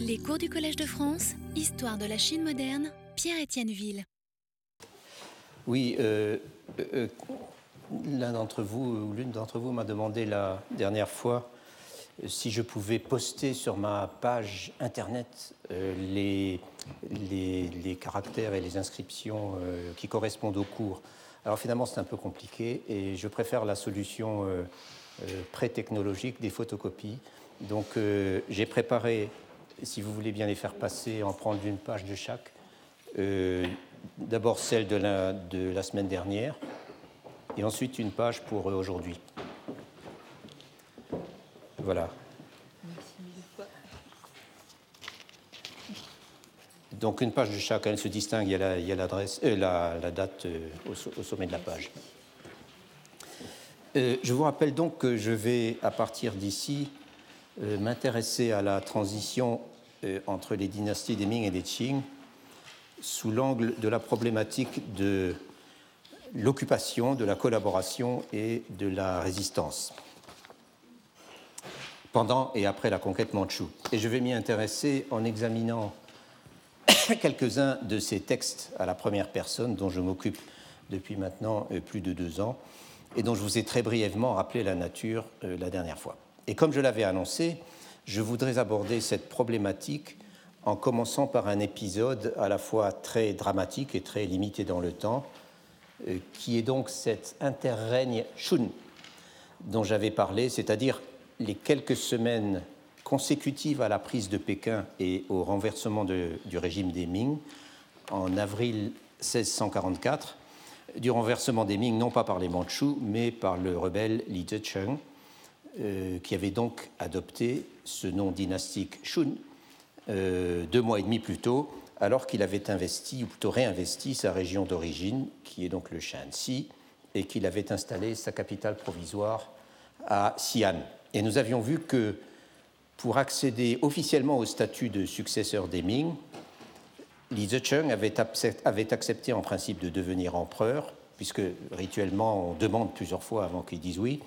Les cours du Collège de France, Histoire de la Chine moderne, Pierre-Étienne Ville. Oui, l'un d'entre vous ou l'une d'entre vous m'a demandé la dernière fois si je pouvais poster sur ma page internet les caractères et les inscriptions qui correspondent au cours. Alors finalement, c'est un peu compliqué et je préfère la solution pré-technologique des photocopies. Donc j'ai préparé, si vous voulez bien les faire passer, en prendre une page de chaque. D'abord celle de la semaine dernière et ensuite une page pour aujourd'hui. Voilà. Donc une page de chaque, elle se distingue, il y a l'adresse, la date au sommet de la page. Je vous rappelle donc que je vais, à partir d'ici, m'intéresser à la transition entre les dynasties des Ming et des Qing sous l'angle de la problématique de l'occupation, de la collaboration et de la résistance pendant et après la conquête mandchoue. Et je vais m'y intéresser en examinant quelques-uns de ces textes à la première personne dont je m'occupe depuis maintenant plus de 2 ans et dont je vous ai très brièvement rappelé la nature la dernière fois. Et comme je l'avais annoncé, je voudrais aborder cette problématique en commençant par un épisode à la fois très dramatique et très limité dans le temps, qui est donc cet interrègne Shun dont j'avais parlé, c'est-à-dire les quelques semaines consécutives à la prise de Pékin et au renversement du régime des Ming en avril 1644, du renversement des Ming non pas par les Mandchous, mais par le rebelle Li Zicheng, qui avait donc adopté ce nom dynastique Shun 2 mois et demi plus tôt, alors qu'il avait investi, ou plutôt réinvesti, sa région d'origine, qui est donc le Shaanxi, et qu'il avait installé sa capitale provisoire à Xi'an. Et nous avions vu que pour accéder officiellement au statut de successeur des Ming, Li Zicheng avait accepté en principe de devenir empereur, puisque rituellement on demande plusieurs fois avant qu'il dise oui.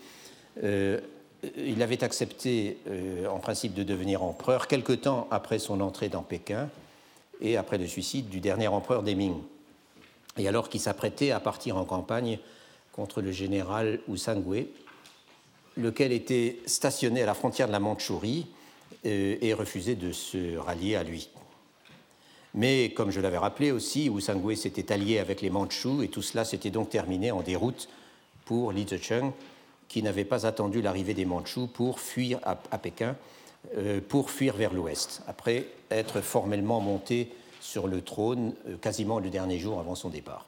Il avait accepté en principe de devenir empereur quelque temps après son entrée dans Pékin et après le suicide du dernier empereur des Ming. Et alors qu'il s'apprêtait à partir en campagne contre le général Wu Sangui, lequel était stationné à la frontière de la Mandchourie et refusait de se rallier à lui. Mais, comme je l'avais rappelé aussi, Wu Sangui s'était allié avec les Mandchous et tout cela s'était donc terminé en déroute pour Li Zicheng, qui n'avait pas attendu l'arrivée des Mandchous pour fuir à Pékin, pour fuir vers l'ouest, après être formellement monté sur le trône quasiment le dernier jour avant son départ.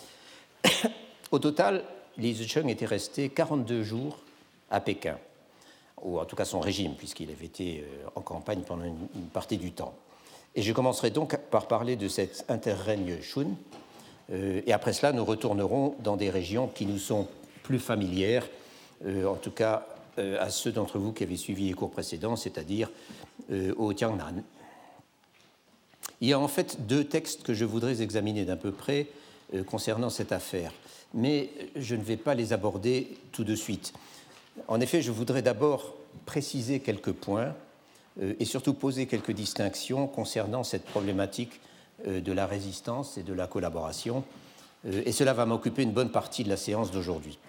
Au total, Li Zicheng était resté 42 jours à Pékin, ou en tout cas son régime, puisqu'il avait été en campagne pendant une partie du temps. Et je commencerai donc par parler de cet interrègne Shun, et après cela, nous retournerons dans des régions qui nous sont plus familières, en tout cas à ceux d'entre vous qui avaient suivi les cours précédents, c'est-à-dire au Jiangnan. Il y a en fait 2 textes que je voudrais examiner d'un peu près concernant cette affaire, mais je ne vais pas les aborder tout de suite. En effet, je voudrais d'abord préciser quelques points et surtout poser quelques distinctions concernant cette problématique de la résistance et de la collaboration, et cela va m'occuper une bonne partie de la séance d'aujourd'hui.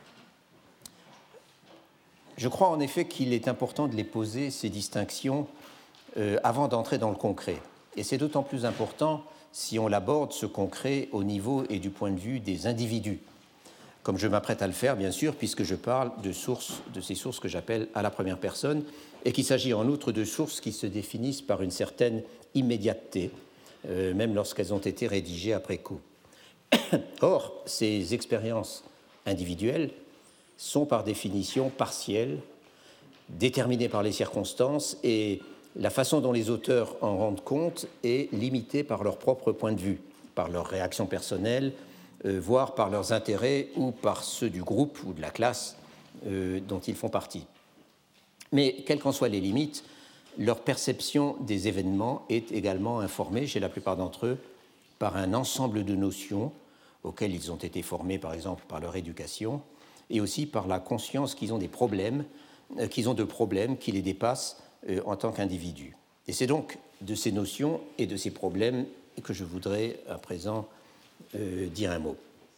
Je crois en effet qu'il est important de les poser, ces distinctions, avant d'entrer dans le concret. Et c'est d'autant plus important si on l'aborde, ce concret, au niveau et du point de vue des individus, comme je m'apprête à le faire, bien sûr, puisque je parle de ces sources que j'appelle à la première personne, et qu'il s'agit en outre de sources qui se définissent par une certaine immédiateté, même lorsqu'elles ont été rédigées après coup. Or, ces expériences individuelles sont par définition partielles, déterminées par les circonstances, et la façon dont les auteurs en rendent compte est limitée par leur propre point de vue, par leurs réactions personnelles, voire par leurs intérêts ou par ceux du groupe ou de la classe dont ils font partie. Mais, quelles qu'en soient les limites, leur perception des événements est également informée, chez la plupart d'entre eux, par un ensemble de notions auxquelles ils ont été formés, par exemple, par leur éducation, et aussi par la conscience qu'ils ont de problèmes qui les dépassent en tant qu'individus. Et c'est donc de ces notions et de ces problèmes que je voudrais à présent dire un mot.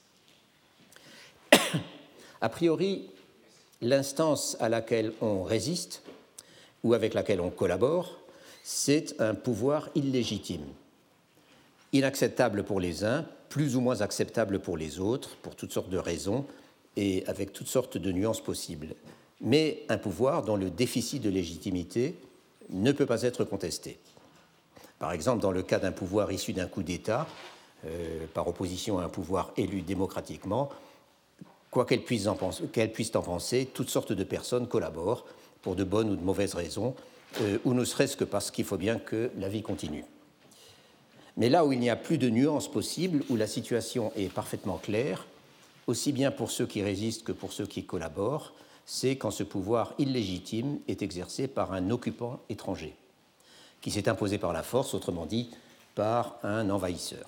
A priori, l'instance à laquelle on résiste ou avec laquelle on collabore, c'est un pouvoir illégitime, inacceptable pour les uns, plus ou moins acceptable pour les autres, pour toutes sortes de raisons et avec toutes sortes de nuances possibles, mais un pouvoir dont le déficit de légitimité ne peut pas être contesté. Par exemple, dans le cas d'un pouvoir issu d'un coup d'État, par opposition à un pouvoir élu démocratiquement, quoi qu'elles puissent en penser, toutes sortes de personnes collaborent pour de bonnes ou de mauvaises raisons, ou ne serait-ce que parce qu'il faut bien que la vie continue. Mais là où il n'y a plus de nuances possibles, où la situation est parfaitement claire, aussi bien pour ceux qui résistent que pour ceux qui collaborent, c'est quand ce pouvoir illégitime est exercé par un occupant étranger, qui s'est imposé par la force, autrement dit, par un envahisseur.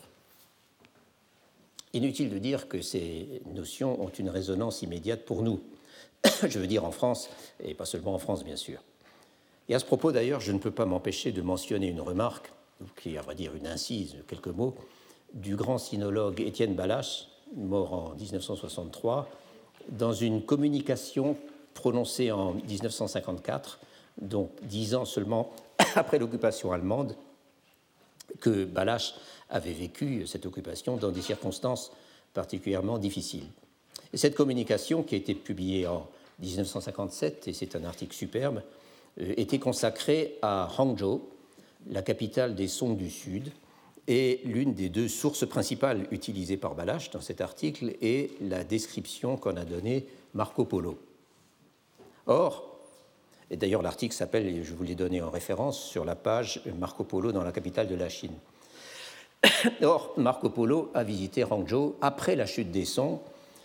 Inutile de dire que ces notions ont une résonance immédiate pour nous, je veux dire en France, et pas seulement en France, bien sûr. Et à ce propos, d'ailleurs, je ne peux pas m'empêcher de mentionner une remarque, qui est, à vrai dire, une incise, quelques mots, du grand sinologue Étienne Balach, mort en 1963, dans une communication prononcée en 1954, donc 10 ans seulement après l'occupation allemande, que Balach avait vécu cette occupation dans des circonstances particulièrement difficiles. Et cette communication, qui a été publiée en 1957, et c'est un article superbe, était consacrée à Hangzhou, la capitale des Song du Sud, et l'une des deux sources principales utilisées par Balach dans cet article est la description qu'en a donnée Marco Polo. Or, et d'ailleurs l'article s'appelle, et je vous l'ai donné en référence, sur la page Marco Polo dans la capitale de la Chine. Or, Marco Polo a visité Hangzhou après la chute des Song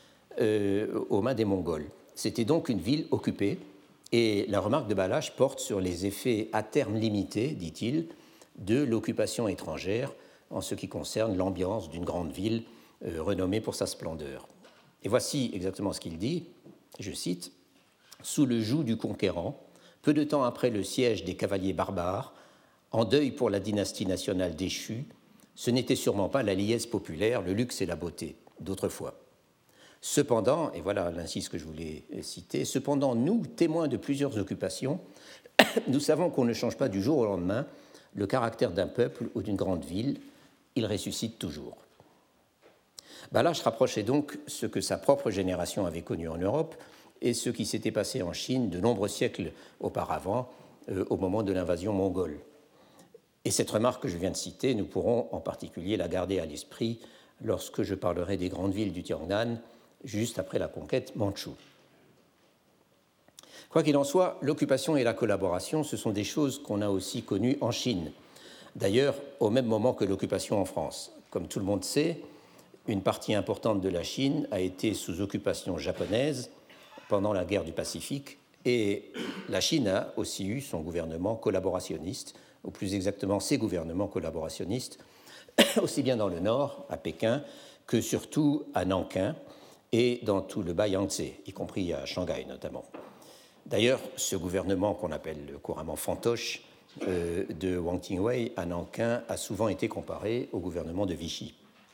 aux mains des Mongols. C'était donc une ville occupée, et la remarque de Balach porte sur les effets à terme limités, dit-il, de l'occupation étrangère en ce qui concerne l'ambiance d'une grande ville renommée pour sa splendeur. Et voici exactement ce qu'il dit, je cite, « Sous le joug du conquérant, peu de temps après le siège des cavaliers barbares, en deuil pour la dynastie nationale déchue, ce n'était sûrement pas la liesse populaire, le luxe et la beauté d'autrefois. Cependant, et voilà l'incise que je voulais citer, cependant, nous, témoins de plusieurs occupations, nous savons qu'on ne change pas du jour au lendemain le caractère d'un peuple ou d'une grande ville, il ressuscite toujours. » Balach rapprochait donc ce que sa propre génération avait connu en Europe et ce qui s'était passé en Chine de nombreux siècles auparavant, au moment de l'invasion mongole. Et cette remarque que je viens de citer, nous pourrons en particulier la garder à l'esprit lorsque je parlerai des grandes villes du Tiangnan, juste après la conquête mandchoue. Quoi qu'il en soit, l'occupation et la collaboration, ce sont des choses qu'on a aussi connues en Chine, d'ailleurs au même moment que l'occupation en France. Comme tout le monde sait, une partie importante de la Chine a été sous occupation japonaise pendant la guerre du Pacifique, et la Chine a aussi eu son gouvernement collaborationniste, ou plus exactement ses gouvernements collaborationnistes, aussi bien dans le nord, à Pékin, que surtout à Nankin et dans tout le bas Yangtze, y compris à Shanghai notamment. D'ailleurs, ce gouvernement qu'on appelle couramment fantoche de Wang Qingwei à Nankin a souvent été comparé au gouvernement de Vichy.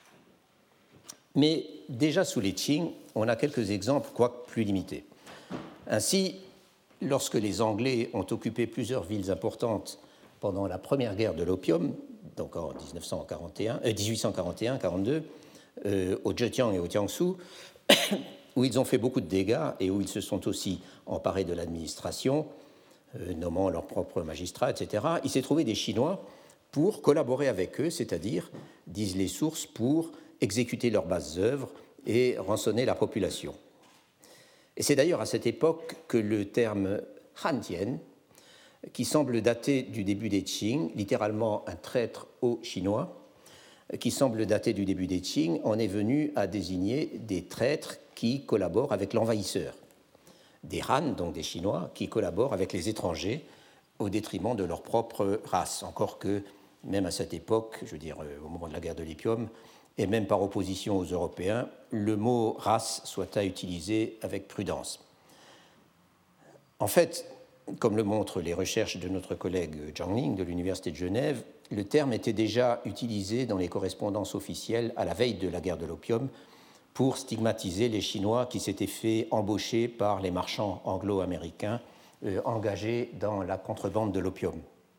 Mais déjà sous les Qing, on a quelques exemples, quoique plus limités. Ainsi, lorsque les Anglais ont occupé plusieurs villes importantes pendant la première guerre de l'opium, donc en 1841-42, au Zhejiang et au Jiangsu, où ils ont fait beaucoup de dégâts et où ils se sont aussi emparés de l'administration, nommant leurs propres magistrats, etc., il s'est trouvé des Chinois pour collaborer avec eux, c'est-à-dire, disent les sources, pour exécuter leurs basses œuvres et rançonner la population. Et c'est d'ailleurs à cette époque que le terme Han-Tien, qui semble dater du début des Qing, littéralement un traître aux Chinois, qui semble dater du début des Qing, en est venu à désigner des traîtres qui collaborent avec l'envahisseur, des Han, donc des Chinois, qui collaborent avec les étrangers au détriment de leur propre race, encore que, même à cette époque, je veux dire au moment de la guerre de l'opium, et même par opposition aux Européens, le mot « race » soit à utiliser avec prudence. En fait, comme le montrent les recherches de notre collègue Zhang Ling de l'Université de Genève, le terme était déjà utilisé dans les correspondances officielles à la veille de la guerre de l'opium pour stigmatiser les Chinois qui s'étaient fait embaucher par les marchands anglo-américains engagés dans la contrebande de l'opium.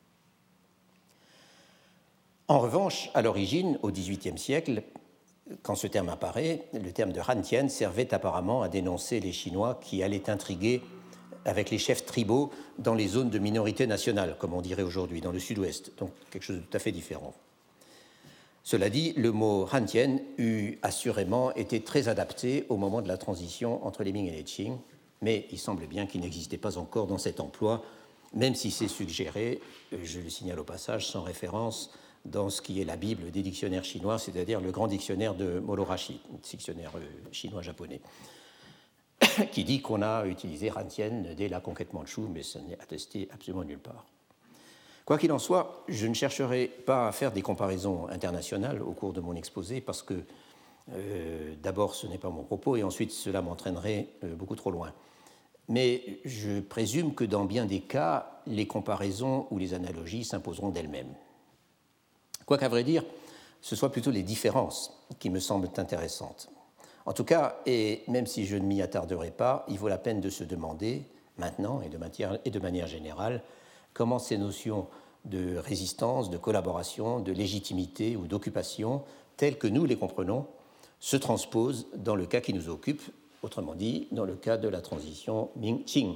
En revanche, à l'origine, au XVIIIe siècle, quand ce terme apparaît, le terme de Hantian servait apparemment à dénoncer les Chinois qui allaient intriguer avec les chefs tribaux dans les zones de minorité nationale, comme on dirait aujourd'hui, dans le sud-ouest, donc quelque chose de tout à fait différent. Cela dit, le mot Hantian eût assurément été très adapté au moment de la transition entre les Ming et les Qing, mais il semble bien qu'il n'existait pas encore dans cet emploi, même si c'est suggéré, je le signale au passage, sans référence dans ce qui est la Bible des dictionnaires chinois, c'est-à-dire le grand dictionnaire de Morohashi, dictionnaire chinois-japonais, qui dit qu'on a utilisé Hantian dès la conquête mandchoue, mais ça n'est attesté absolument nulle part. Quoi qu'il en soit, je ne chercherai pas à faire des comparaisons internationales au cours de mon exposé, parce que d'abord, ce n'est pas mon propos, et ensuite, cela m'entraînerait beaucoup trop loin. Mais je présume que dans bien des cas, les comparaisons ou les analogies s'imposeront d'elles-mêmes. Quoi qu'à vrai dire, ce soit plutôt les différences qui me semblent intéressantes. En tout cas, et même si je ne m'y attarderai pas, il vaut la peine de se demander, maintenant et de manière générale, comment ces notions de résistance, de collaboration, de légitimité ou d'occupation, telles que nous les comprenons, se transposent dans le cas qui nous occupe, autrement dit, dans le cas de la transition Ming-Qing.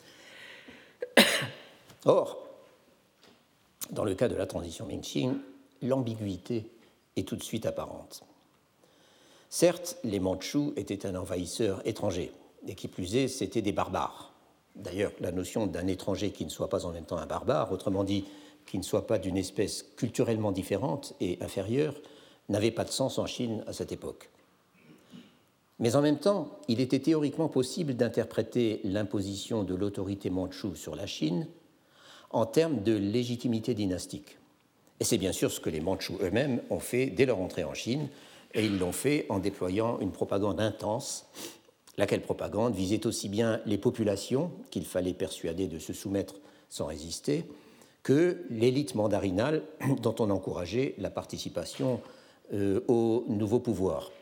Or, dans le cas de la transition Ming-Qing, l'ambiguïté est tout de suite apparente. Certes, les Mandchous étaient un envahisseur étranger, et qui plus est, c'étaient des barbares. D'ailleurs, la notion d'un étranger qui ne soit pas en même temps un barbare, autrement dit, qui ne soit pas d'une espèce culturellement différente et inférieure, n'avait pas de sens en Chine à cette époque. Mais en même temps, il était théoriquement possible d'interpréter l'imposition de l'autorité mandchoue sur la Chine en termes de légitimité dynastique. Et c'est bien sûr ce que les Mandchous eux-mêmes ont fait dès leur entrée en Chine, et ils l'ont fait en déployant une propagande intense, laquelle propagande visait aussi bien les populations, qu'il fallait persuader de se soumettre sans résister, que l'élite mandarinale dont on encourageait la participation au nouveau pouvoir.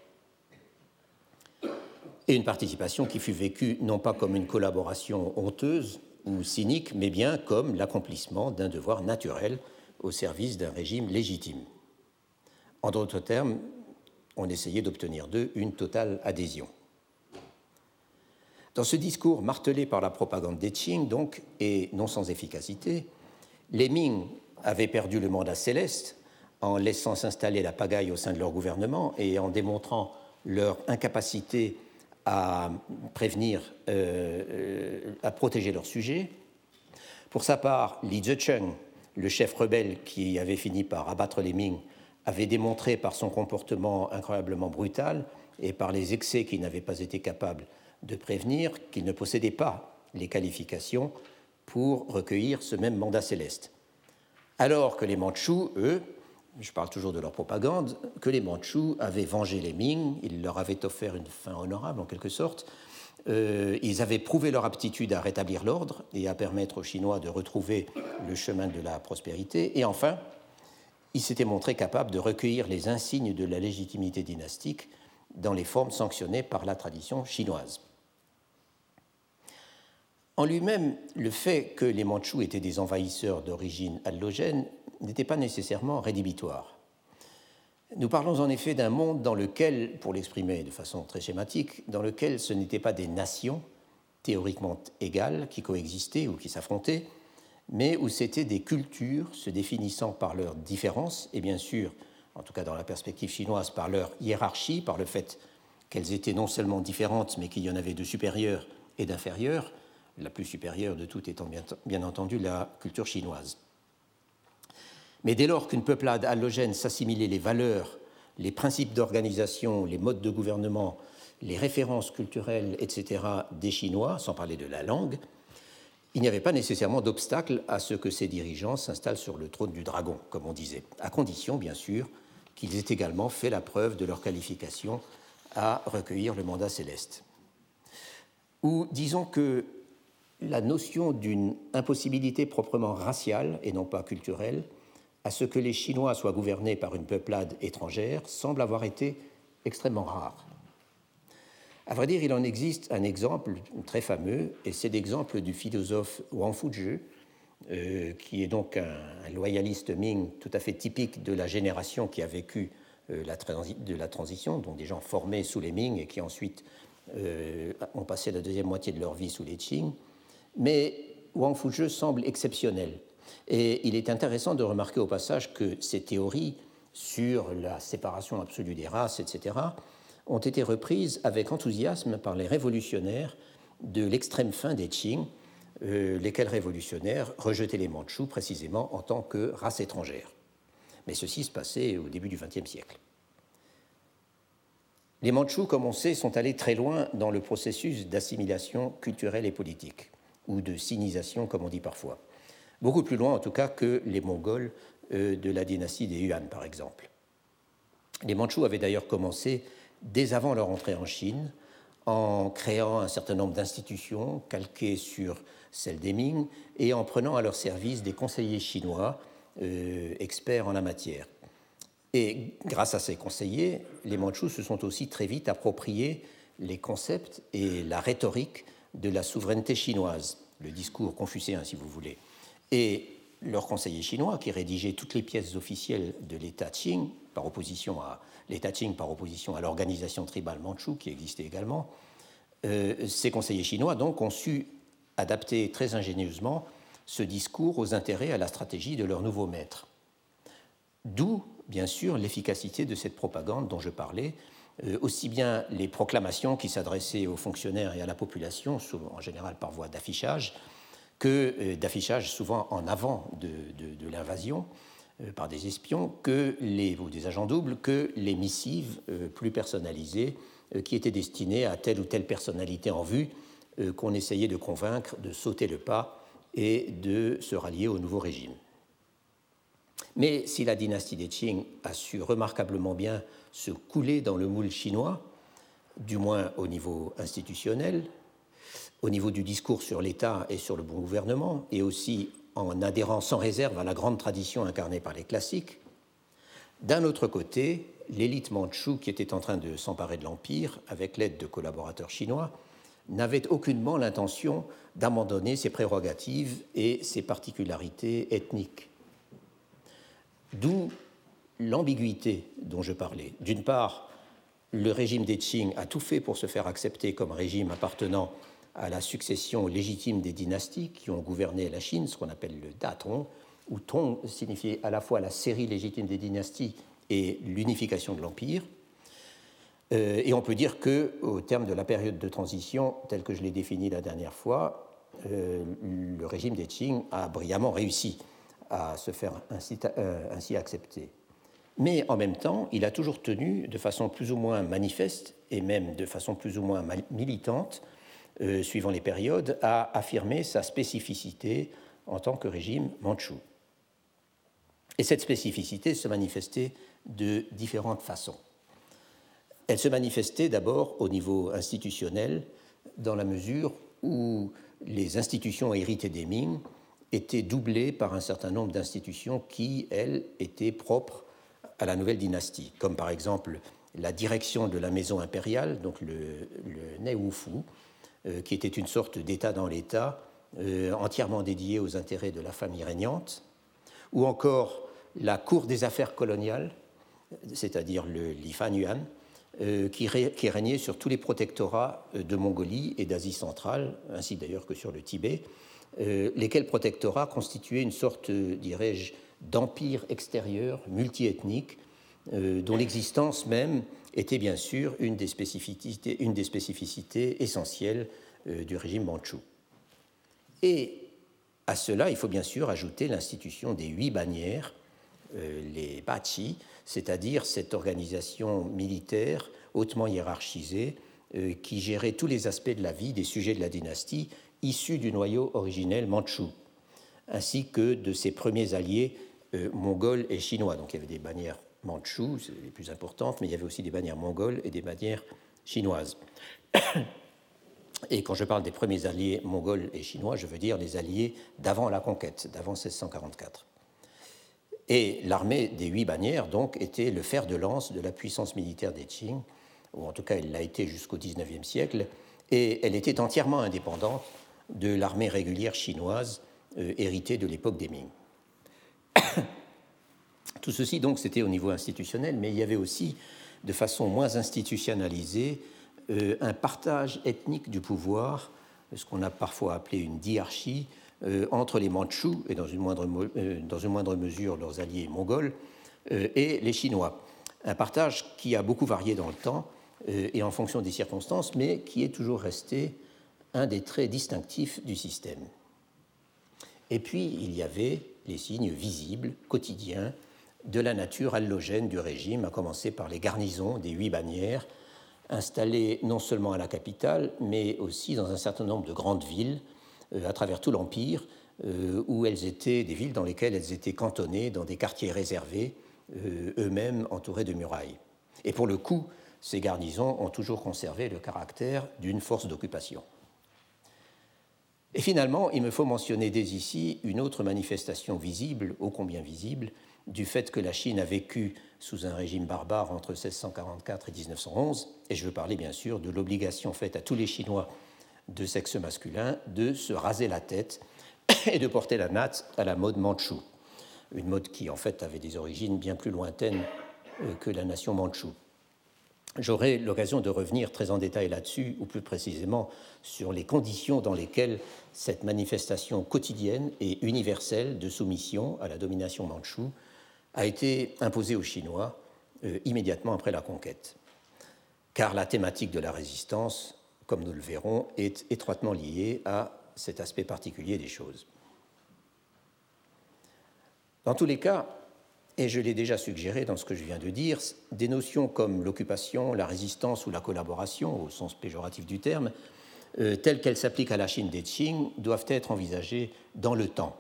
Et une participation qui fut vécue non pas comme une collaboration honteuse ou cynique, mais bien comme l'accomplissement d'un devoir naturel au service d'un régime légitime. En d'autres termes, on essayait d'obtenir d'eux une totale adhésion. Dans ce discours martelé par la propagande des Qing, donc, et non sans efficacité, les Ming avaient perdu le mandat céleste en laissant s'installer la pagaille au sein de leur gouvernement et en démontrant leur incapacité à prévenir, à protéger leurs sujets. Pour sa part, Li Zicheng, le chef rebelle qui avait fini par abattre les Ming, avait démontré par son comportement incroyablement brutal et par les excès qu'il n'avait pas été capable de prévenir qu'il ne possédait pas les qualifications pour recueillir ce même mandat céleste. Alors que les Mandchous, eux, je parle toujours de leur propagande, que les Mandchous avaient vengé les Ming, ils leur avaient offert une fin honorable en quelque sorte, ils avaient prouvé leur aptitude à rétablir l'ordre et à permettre aux Chinois de retrouver le chemin de la prospérité, et enfin, ils s'étaient montrés capables de recueillir les insignes de la légitimité dynastique dans les formes sanctionnées par la tradition chinoise. En lui-même, le fait que les Mandchous étaient des envahisseurs d'origine allogène n'était pas nécessairement rédhibitoire. Nous parlons en effet d'un monde dans lequel, pour l'exprimer de façon très schématique, dans lequel ce n'étaient pas des nations théoriquement égales qui coexistaient ou qui s'affrontaient, mais où c'étaient des cultures se définissant par leurs différences et bien sûr, en tout cas dans la perspective chinoise, par leur hiérarchie, par le fait qu'elles étaient non seulement différentes, mais qu'il y en avait de supérieures et d'inférieures, la plus supérieure de toutes étant bien entendu la culture chinoise. Mais dès lors qu'une peuplade allogène s'assimilait les valeurs, les principes d'organisation, les modes de gouvernement, les références culturelles, etc. des Chinois, sans parler de la langue, il n'y avait pas nécessairement d'obstacle à ce que ces dirigeants s'installent sur le trône du dragon, comme on disait, à condition, bien sûr, qu'ils aient également fait la preuve de leur qualification à recueillir le mandat céleste. Ou disons que la notion d'une impossibilité proprement raciale et non pas culturelle à ce que les Chinois soient gouvernés par une peuplade étrangère semble avoir été extrêmement rare. À vrai dire, il en existe un exemple très fameux, et c'est l'exemple du philosophe Wang Fuzhi, qui est donc un loyaliste Ming tout à fait typique de la génération qui a vécu de la transition, donc des gens formés sous les Ming et qui ensuite ont passé la deuxième moitié de leur vie sous les Qing. Mais Wang Fuzhi semble exceptionnel. Et il est intéressant de remarquer au passage que ces théories sur la séparation absolue des races, etc., ont été reprises avec enthousiasme par les révolutionnaires de l'extrême fin des Qing, lesquels révolutionnaires rejetaient les Mandchous précisément en tant que race étrangère. Mais ceci se passait au début du XXe siècle. Les Mandchous, comme on sait, sont allés très loin dans le processus d'assimilation culturelle et politique, ou de sinisation, comme on dit parfois. Beaucoup plus loin, en tout cas, que les Mongols de la dynastie des Yuan, par exemple. Les Mandchous avaient d'ailleurs commencé dès avant leur entrée en Chine, en créant un certain nombre d'institutions calquées sur celles des Ming et en prenant à leur service des conseillers chinois experts en la matière. Et grâce à ces conseillers, les Mandchous se sont aussi très vite appropriés les concepts et la rhétorique de la souveraineté chinoise, le discours confucéen si vous voulez. Et leurs conseillers chinois, qui rédigeaient toutes les pièces officielles de l'État Qing, par opposition à l'État Qing par opposition à l'organisation tribale mandchoue qui existait également, ces conseillers chinois donc ont su adapter très ingénieusement ce discours aux intérêts et à la stratégie de leur nouveau maître. D'où, bien sûr, l'efficacité de cette propagande dont je parlais, aussi bien les proclamations qui s'adressaient aux fonctionnaires et à la population, souvent, en général par voie d'affichage, que d'affichage souvent en avant de l'invasion par des espions, ou des agents doubles, que les missives plus personnalisées qui étaient destinées à telle ou telle personnalité en vue qu'on essayait de convaincre de sauter le pas et de se rallier au nouveau régime. Mais si la dynastie des Qing a su remarquablement bien se couler dans le moule chinois, du moins au niveau institutionnel, au niveau du discours sur l'État et sur le bon gouvernement, et aussi en adhérant sans réserve à la grande tradition incarnée par les classiques, d'un autre côté, l'élite mandchoue qui était en train de s'emparer de l'Empire, avec l'aide de collaborateurs chinois, n'avait aucunement l'intention d'abandonner ses prérogatives et ses particularités ethniques. D'où l'ambiguïté dont je parlais. D'une part, le régime des Qing a tout fait pour se faire accepter comme régime appartenant à la succession légitime des dynasties qui ont gouverné la Chine, ce qu'on appelle le Datong, où Tong signifiait à la fois la série légitime des dynasties et l'unification de l'Empire. Et on peut dire qu'au terme de la période de transition, telle que je l'ai définie la dernière fois, le régime des Qing a brillamment réussi à se faire ainsi accepter. Mais en même temps, il a toujours tenu de façon plus ou moins manifeste et même de façon plus ou moins militante, suivant les périodes, à affirmer sa spécificité en tant que régime mandchou. Et cette spécificité se manifestait de différentes façons. Elle se manifestait d'abord au niveau institutionnel, dans la mesure où les institutions héritées des Ming étaient doublées par un certain nombre d'institutions qui, elles, étaient propres à la nouvelle dynastie, comme par exemple la direction de la maison impériale, donc le Neiwufu, qui était une sorte d'État dans l'État, entièrement dédié aux intérêts de la famille régnante, ou encore la Cour des affaires coloniales, c'est-à-dire le Lifan Yuan, qui régnait sur tous les protectorats de Mongolie et d'Asie centrale, ainsi d'ailleurs que sur le Tibet, lesquels protectorats constituaient une sorte, dirais-je, d'empire extérieur multiethnique, dont l'existence même était bien sûr une des spécificités essentielles du régime mandchou. Et à cela, il faut bien sûr ajouter l'institution des 8 bannières, les bachi, c'est-à-dire cette organisation militaire hautement hiérarchisée qui gérait tous les aspects de la vie des sujets de la dynastie issus du noyau originel mandchou, ainsi que de ses premiers alliés mongols et chinois. Donc il y avait des bannières mandchous, c'est les plus importantes, mais il y avait aussi des bannières mongoles et des bannières chinoises. Et quand je parle des premiers alliés mongols et chinois, je veux dire les alliés d'avant la conquête, d'avant 1644. Et l'armée des 8 bannières, donc, était le fer de lance de la puissance militaire des Qing, ou en tout cas elle l'a été jusqu'au XIXe siècle, et elle était entièrement indépendante de l'armée régulière chinoise héritée de l'époque des Ming. Tout ceci, donc, c'était au niveau institutionnel, mais il y avait aussi, de façon moins institutionnalisée, un partage ethnique du pouvoir, ce qu'on a parfois appelé une diarchie, entre les Mandchous, et dans une moindre mesure leurs alliés mongols, et les Chinois. Un partage qui a beaucoup varié dans le temps et en fonction des circonstances, mais qui est toujours resté un des traits distinctifs du système. Et puis, il y avait les signes visibles, quotidiens, de la nature allogène du régime, à commencer par les garnisons des 8 bannières, installées non seulement à la capitale, mais aussi dans un certain nombre de grandes villes à travers tout l'Empire, où elles étaient des villes dans lesquelles elles étaient cantonnées dans des quartiers réservés, eux-mêmes entourés de murailles. Et pour le coup, ces garnisons ont toujours conservé le caractère d'une force d'occupation. Et finalement, il me faut mentionner dès ici une autre manifestation visible, ô combien visible, du fait que la Chine a vécu sous un régime barbare entre 1644 et 1911, et je veux parler bien sûr de l'obligation faite à tous les Chinois de sexe masculin de se raser la tête et de porter la natte à la mode mandchoue, une mode qui en fait avait des origines bien plus lointaines que la nation mandchoue. J'aurai l'occasion de revenir très en détail là-dessus, ou plus précisément sur les conditions dans lesquelles cette manifestation quotidienne et universelle de soumission à la domination mandchoue a été imposée aux Chinois immédiatement après la conquête. Car la thématique de la résistance, comme nous le verrons, est étroitement liée à cet aspect particulier des choses. Dans tous les cas, et je l'ai déjà suggéré dans ce que je viens de dire, des notions comme l'occupation, la résistance ou la collaboration, au sens péjoratif du terme, telles qu'elles s'appliquent à la Chine des Qing, doivent être envisagées dans le temps.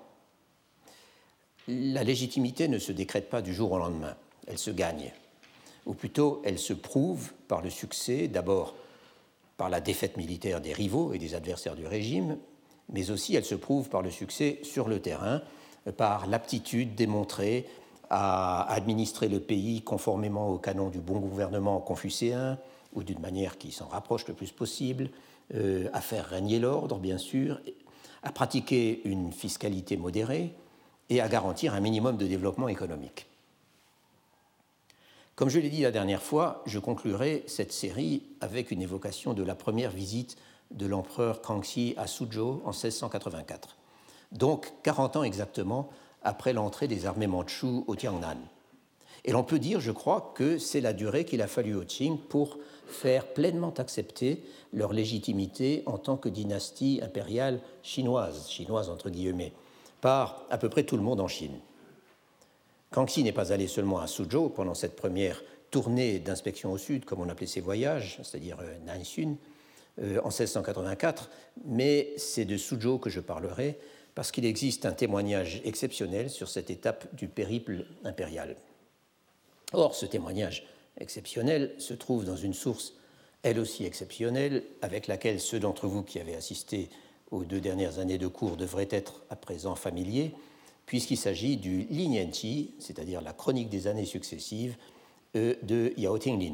La légitimité ne se décrète pas du jour au lendemain, elle se gagne. Ou plutôt, elle se prouve par le succès, d'abord par la défaite militaire des rivaux et des adversaires du régime, mais aussi elle se prouve par le succès sur le terrain, par l'aptitude démontrée à administrer le pays conformément au canon du bon gouvernement confucéen, ou d'une manière qui s'en rapproche le plus possible, à faire régner l'ordre, bien sûr, à pratiquer une fiscalité modérée et à garantir un minimum de développement économique. Comme je l'ai dit la dernière fois, je conclurai cette série avec une évocation de la première visite de l'empereur Kangxi à Suzhou en 1684, donc 40 ans exactement après l'entrée des armées mandchoues au Tiangnan. Et l'on peut dire, je crois, que c'est la durée qu'il a fallu aux Qing pour faire pleinement accepter leur légitimité en tant que dynastie impériale chinoise entre guillemets, par à peu près tout le monde en Chine. Kangxi n'est pas allé seulement à Suzhou pendant cette première tournée d'inspection au sud, comme on appelait ses voyages, c'est-à-dire Nanxun, en 1684, mais c'est de Suzhou que je parlerai, parce qu'il existe un témoignage exceptionnel sur cette étape du périple impérial. Or, ce témoignage exceptionnel se trouve dans une source, elle aussi exceptionnelle, avec laquelle ceux d'entre vous qui avaient assisté aux 2 dernières années de cours devraient être à présent familiers, puisqu'il s'agit du Li Nianqi, c'est-à-dire la chronique des années successives de Yao Tinglin.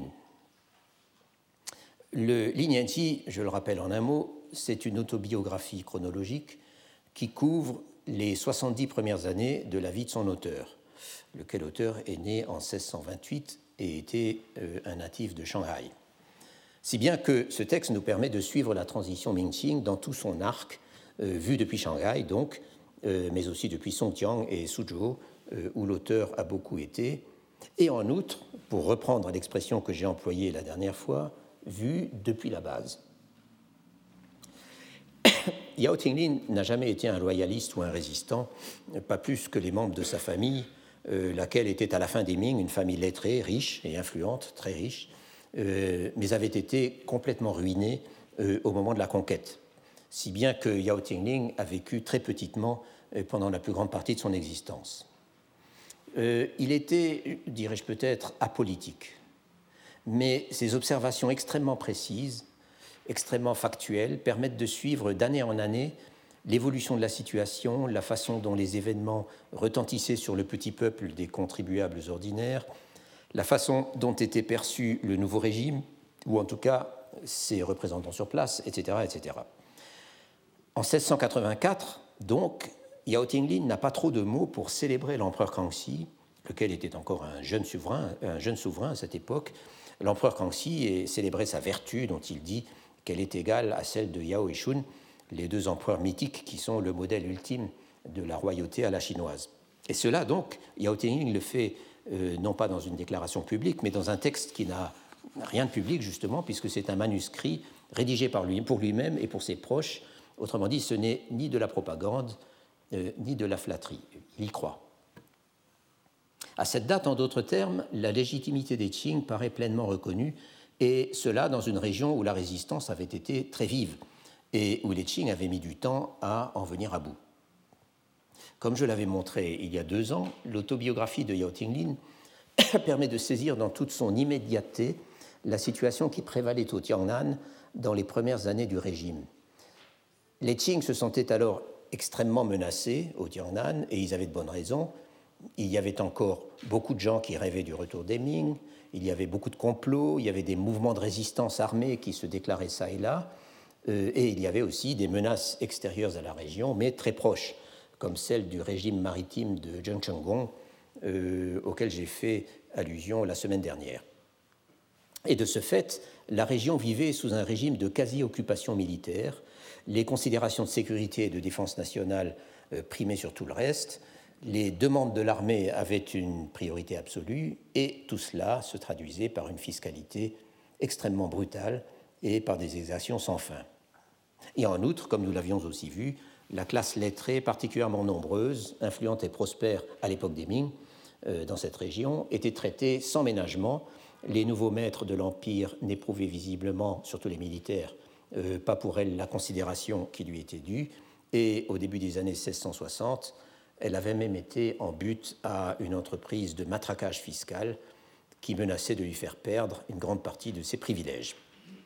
Le Li Nianqi, je le rappelle en un mot, c'est une autobiographie chronologique qui couvre les 70 premières années de la vie de son auteur, lequel auteur est né en 1628 et était un natif de Shanghai. Si bien que ce texte nous permet de suivre la transition Ming-Qing dans tout son arc, vu depuis Shanghai donc, mais aussi depuis Songjiang et Suzhou, où l'auteur a beaucoup été, et en outre, pour reprendre l'expression que j'ai employée la dernière fois, vu depuis la base. Yao Tinglin n'a jamais été un loyaliste ou un résistant, pas plus que les membres de sa famille, laquelle était à la fin des Ming une famille lettrée, riche et influente, très riche, mais avait été complètement ruinée au moment de la conquête, si bien que Yao Tinglin a vécu très petitement pendant la plus grande partie de son existence. Il était, dirais-je peut-être, apolitique, mais ses observations extrêmement précises extrêmement factuels, permettent de suivre d'année en année l'évolution de la situation, la façon dont les événements retentissaient sur le petit peuple des contribuables ordinaires, la façon dont était perçu le nouveau régime, ou en tout cas ses représentants sur place, etc. etc. En 1684, donc, Yao Tinglin n'a pas trop de mots pour célébrer l'empereur Kangxi, lequel était encore un jeune souverain à cette époque. L'empereur Kangxi célébrait sa vertu, dont il dit qu'elle est égale à celle de Yao et Shun, les deux empereurs mythiques qui sont le modèle ultime de la royauté à la chinoise. Et cela, donc, Yao Tinglin le fait non pas dans une déclaration publique, mais dans un texte qui n'a rien de public, justement, puisque c'est un manuscrit rédigé pour lui-même et pour ses proches. Autrement dit, ce n'est ni de la propagande, ni de la flatterie. Il y croit. À cette date, en d'autres termes, la légitimité des Qing paraît pleinement reconnue, et cela dans une région où la résistance avait été très vive et où les Qing avaient mis du temps à en venir à bout. Comme je l'avais montré il y a 2 ans, l'autobiographie de Yao Tinglin permet de saisir dans toute son immédiateté la situation qui prévalait au Tiangnan dans les premières années du régime. Les Qing se sentaient alors extrêmement menacés au Tiangnan, et ils avaient de bonnes raisons. Il y avait encore beaucoup de gens qui rêvaient du retour des Ming, il y avait beaucoup de complots, il y avait des mouvements de résistance armés qui se déclaraient ça et là, et il y avait aussi des menaces extérieures à la région, mais très proches, comme celle du régime maritime de Zheng Chenggong, auquel j'ai fait allusion la semaine dernière. Et de ce fait, la région vivait sous un régime de quasi-occupation militaire, les considérations de sécurité et de défense nationale primaient sur tout le reste, les demandes de l'armée avaient une priorité absolue, et tout cela se traduisait par une fiscalité extrêmement brutale et par des exactions sans fin. Et en outre, comme nous l'avions aussi vu, la classe lettrée particulièrement nombreuse, influente et prospère à l'époque des Ming, dans cette région, était traitée sans ménagement. Les nouveaux maîtres de l'Empire n'éprouvaient visiblement, surtout les militaires, pas pour elle la considération qui lui était due, et au début des années 1660, elle avait même été en but à une entreprise de matraquage fiscal qui menaçait de lui faire perdre une grande partie de ses privilèges.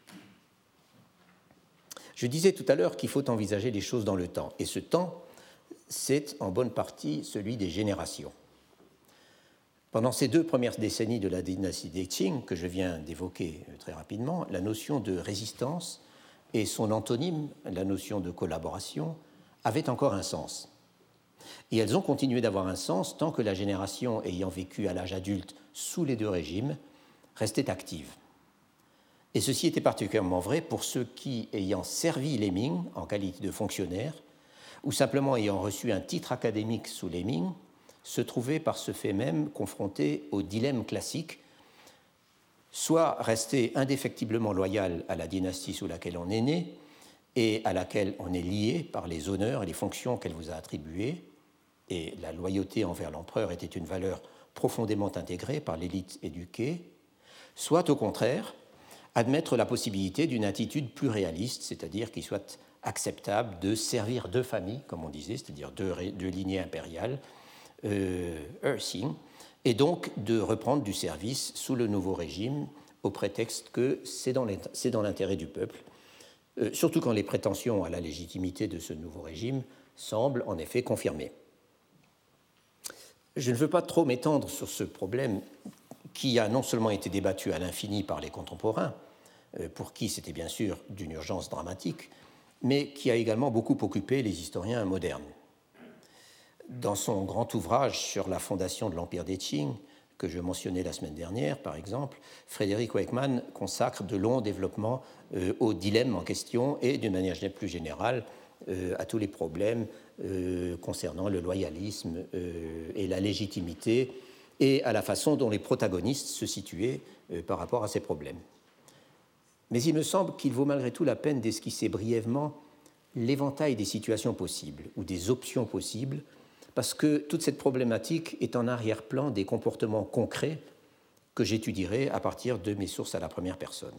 Je disais tout à l'heure qu'il faut envisager les choses dans le temps, et ce temps, c'est en bonne partie celui des générations. Pendant ces 2 premières décennies de la dynastie des Qing, que je viens d'évoquer très rapidement, la notion de résistance et son antonyme, la notion de collaboration, avaient encore un sens. Et elles ont continué d'avoir un sens tant que la génération ayant vécu à l'âge adulte sous les 2 régimes restait active. Et ceci était particulièrement vrai pour ceux qui, ayant servi les Ming en qualité de fonctionnaires, ou simplement ayant reçu un titre académique sous les Ming, se trouvaient par ce fait même confrontés au dilemme classique, soit rester indéfectiblement loyal à la dynastie sous laquelle on est né et à laquelle on est lié par les honneurs et les fonctions qu'elle vous a attribuées, et la loyauté envers l'empereur était une valeur profondément intégrée par l'élite éduquée, soit au contraire admettre la possibilité d'une attitude plus réaliste, c'est-à-dire qu'il soit acceptable de servir 2 familles, comme on disait, c'est-à-dire 2 lignées impériales, Erxing, et donc de reprendre du service sous le nouveau régime au prétexte que c'est dans l'intérêt du peuple, surtout quand les prétentions à la légitimité de ce nouveau régime semblent en effet confirmées. Je ne veux pas trop m'étendre sur ce problème qui a non seulement été débattu à l'infini par les contemporains, pour qui c'était bien sûr d'une urgence dramatique, mais qui a également beaucoup occupé les historiens modernes. Dans son grand ouvrage sur la fondation de l'Empire des Qing, que je mentionnais la semaine dernière, par exemple, Frédéric Wakeman consacre de longs développements au dilemme en question et, d'une manière plus générale, à tous les problèmes concernant le loyalisme et la légitimité et à la façon dont les protagonistes se situaient par rapport à ces problèmes. Mais il me semble qu'il vaut malgré tout la peine d'esquisser brièvement l'éventail des situations possibles ou des options possibles, parce que toute cette problématique est en arrière-plan des comportements concrets que j'étudierai à partir de mes sources à la première personne.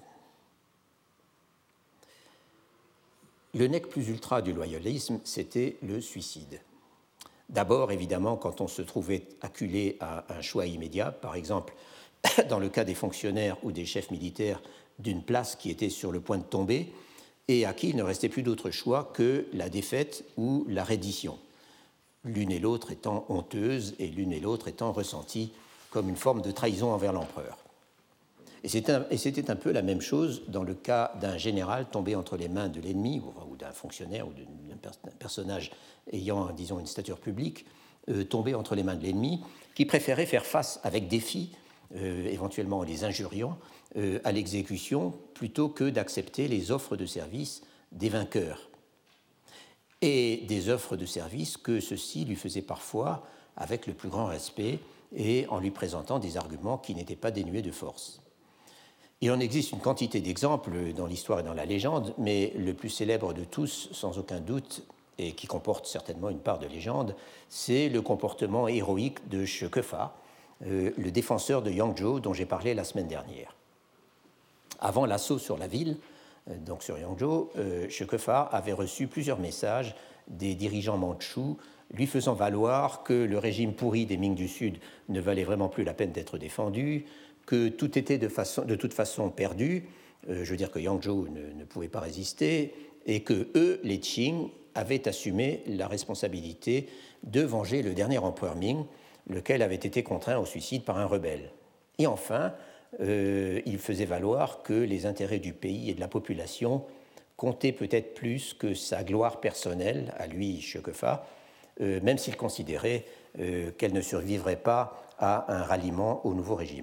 Le nec plus ultra du loyalisme, c'était le suicide. D'abord, évidemment, quand on se trouvait acculé à un choix immédiat, par exemple, dans le cas des fonctionnaires ou des chefs militaires d'une place qui était sur le point de tomber, et à qui il ne restait plus d'autre choix que la défaite ou la reddition, l'une et l'autre étant honteuses et l'une et l'autre étant ressenties comme une forme de trahison envers l'empereur. Et c'était un peu la même chose dans le cas d'un général tombé entre les mains de l'ennemi, ou d'un fonctionnaire, ou d'un personnage ayant, disons, une stature publique, tombé entre les mains de l'ennemi, qui préférait faire face avec défi, éventuellement en les injuriant, à l'exécution, plutôt que d'accepter les offres de service des vainqueurs. Et des offres de service que ceux-ci lui faisaient parfois avec le plus grand respect et en lui présentant des arguments qui n'étaient pas dénués de force. Il en existe une quantité d'exemples dans l'histoire et dans la légende, mais le plus célèbre de tous, sans aucun doute, et qui comporte certainement une part de légende, c'est le comportement héroïque de Shekufa, le défenseur de Yangzhou dont j'ai parlé la semaine dernière. Avant l'assaut sur la ville, donc sur Yangzhou, Shekufa avait reçu plusieurs messages des dirigeants mandchous lui faisant valoir que le régime pourri des Ming du Sud ne valait vraiment plus la peine d'être défendu, que tout était de toute façon perdu, je veux dire que Yangzhou ne pouvait pas résister, et que eux, les Qing, avaient assumé la responsabilité de venger le dernier empereur Ming, lequel avait été contraint au suicide par un rebelle. Et enfin, il faisait valoir que les intérêts du pays et de la population comptaient peut-être plus que sa gloire personnelle, à lui, Shekufa, même s'il considérait qu'elle ne survivrait pas à un ralliement au nouveau régime.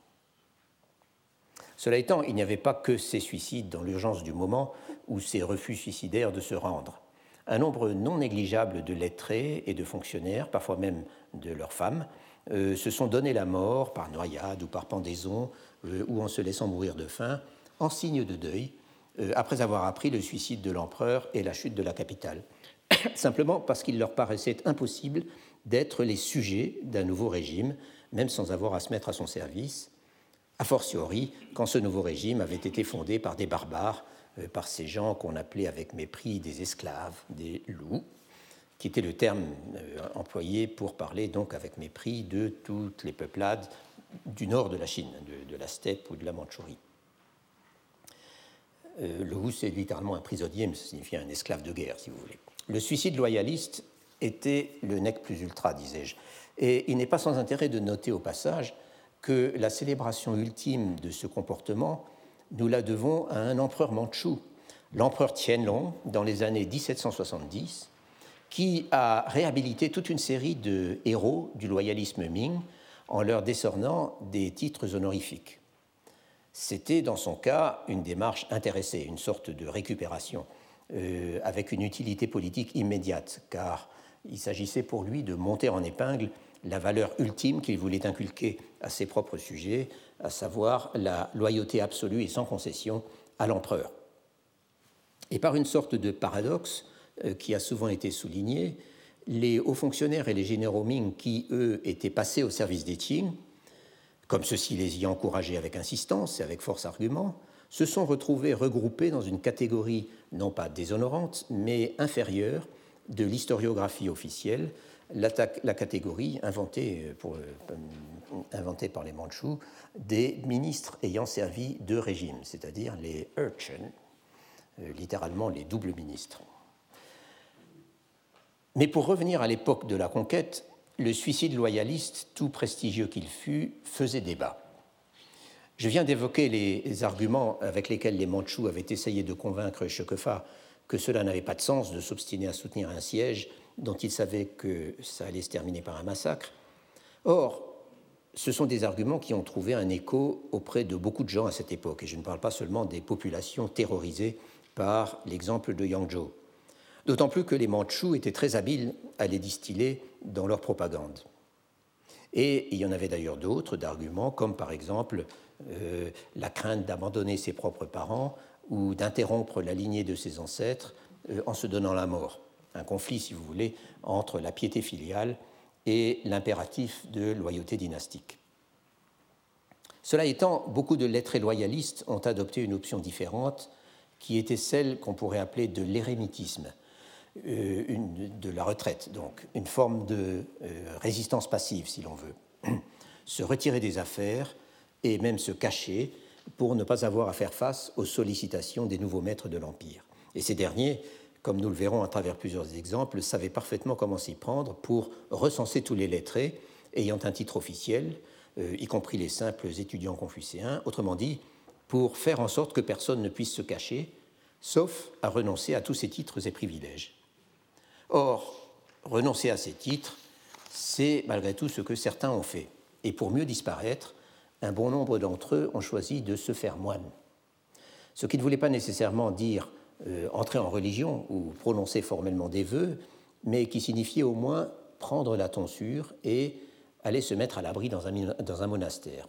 Cela étant, il n'y avait pas que ces suicides dans l'urgence du moment ou ces refus suicidaires de se rendre. Un nombre non négligeable de lettrés et de fonctionnaires, parfois même de leurs femmes, se sont donné la mort par noyade ou par pendaison ou en se laissant mourir de faim, en signe de deuil, après avoir appris le suicide de l'empereur et la chute de la capitale, simplement parce qu'il leur paraissait impossible d'être les sujets d'un nouveau régime, même sans avoir à se mettre à son service, a fortiori quand ce nouveau régime avait été fondé par des barbares, par ces gens qu'on appelait avec mépris des esclaves, des loups, qui était le terme employé pour parler donc avec mépris de toutes les peuplades du nord de la Chine, de la steppe ou de la Mandchourie. Le loup, c'est littéralement un prisonnier, mais ça signifie un esclave de guerre, si vous voulez. Le suicide loyaliste était le nec plus ultra, disais-je. Et il n'est pas sans intérêt de noter au passage que la célébration ultime de ce comportement, nous la devons à un empereur mandchou, l'empereur Qianlong, dans les années 1770, qui a réhabilité toute une série de héros du loyalisme Ming en leur décernant des titres honorifiques. C'était, dans son cas, une démarche intéressée, une sorte de récupération, avec une utilité politique immédiate, car il s'agissait pour lui de monter en épingle la valeur ultime qu'il voulait inculquer à ses propres sujets, à savoir la loyauté absolue et sans concession à l'empereur. Et par une sorte de paradoxe qui a souvent été souligné, les hauts fonctionnaires et les généraux Ming qui, eux, étaient passés au service des Qing, comme ceux-ci les y encourageaient avec insistance et avec force argument, se sont retrouvés regroupés dans une catégorie non pas déshonorante, mais inférieure de l'historiographie officielle, la catégorie inventée par les Mandchous des ministres ayant servi deux régimes, c'est-à-dire les urchins, littéralement les doubles ministres. Mais pour revenir à l'époque de la conquête, le suicide loyaliste, tout prestigieux qu'il fût, faisait débat. Je viens d'évoquer les arguments avec lesquels les Mandchous avaient essayé de convaincre Shekufa que cela n'avait pas de sens de s'obstiner à soutenir un siège dont ils savaient que ça allait se terminer par un massacre. Or, ce sont des arguments qui ont trouvé un écho auprès de beaucoup de gens à cette époque, et je ne parle pas seulement des populations terrorisées par l'exemple de Yangzhou. D'autant plus que les Mandchous étaient très habiles à les distiller dans leur propagande. Et il y en avait d'ailleurs d'autres d'arguments, comme par exemple la crainte d'abandonner ses propres parents ou d'interrompre la lignée de ses ancêtres en se donnant la mort. Un conflit, si vous voulez, entre la piété filiale et l'impératif de loyauté dynastique. Cela étant, beaucoup de lettrés loyalistes ont adopté une option différente qui était celle qu'on pourrait appeler de l'érémitisme, de la retraite, donc une forme de résistance passive, si l'on veut. Se retirer des affaires et même se cacher pour ne pas avoir à faire face aux sollicitations des nouveaux maîtres de l'Empire. Et ces derniers, comme nous le verrons à travers plusieurs exemples, savaient parfaitement comment s'y prendre pour recenser tous les lettrés ayant un titre officiel, y compris les simples étudiants confucéens, autrement dit, pour faire en sorte que personne ne puisse se cacher, sauf à renoncer à tous ces titres et privilèges. Or, renoncer à ces titres, c'est malgré tout ce que certains ont fait. Et pour mieux disparaître, un bon nombre d'entre eux ont choisi de se faire moines. Ce qui ne voulait pas nécessairement dire entrer en religion ou prononcer formellement des vœux, mais qui signifiait au moins prendre la tonsure et aller se mettre à l'abri dans un monastère.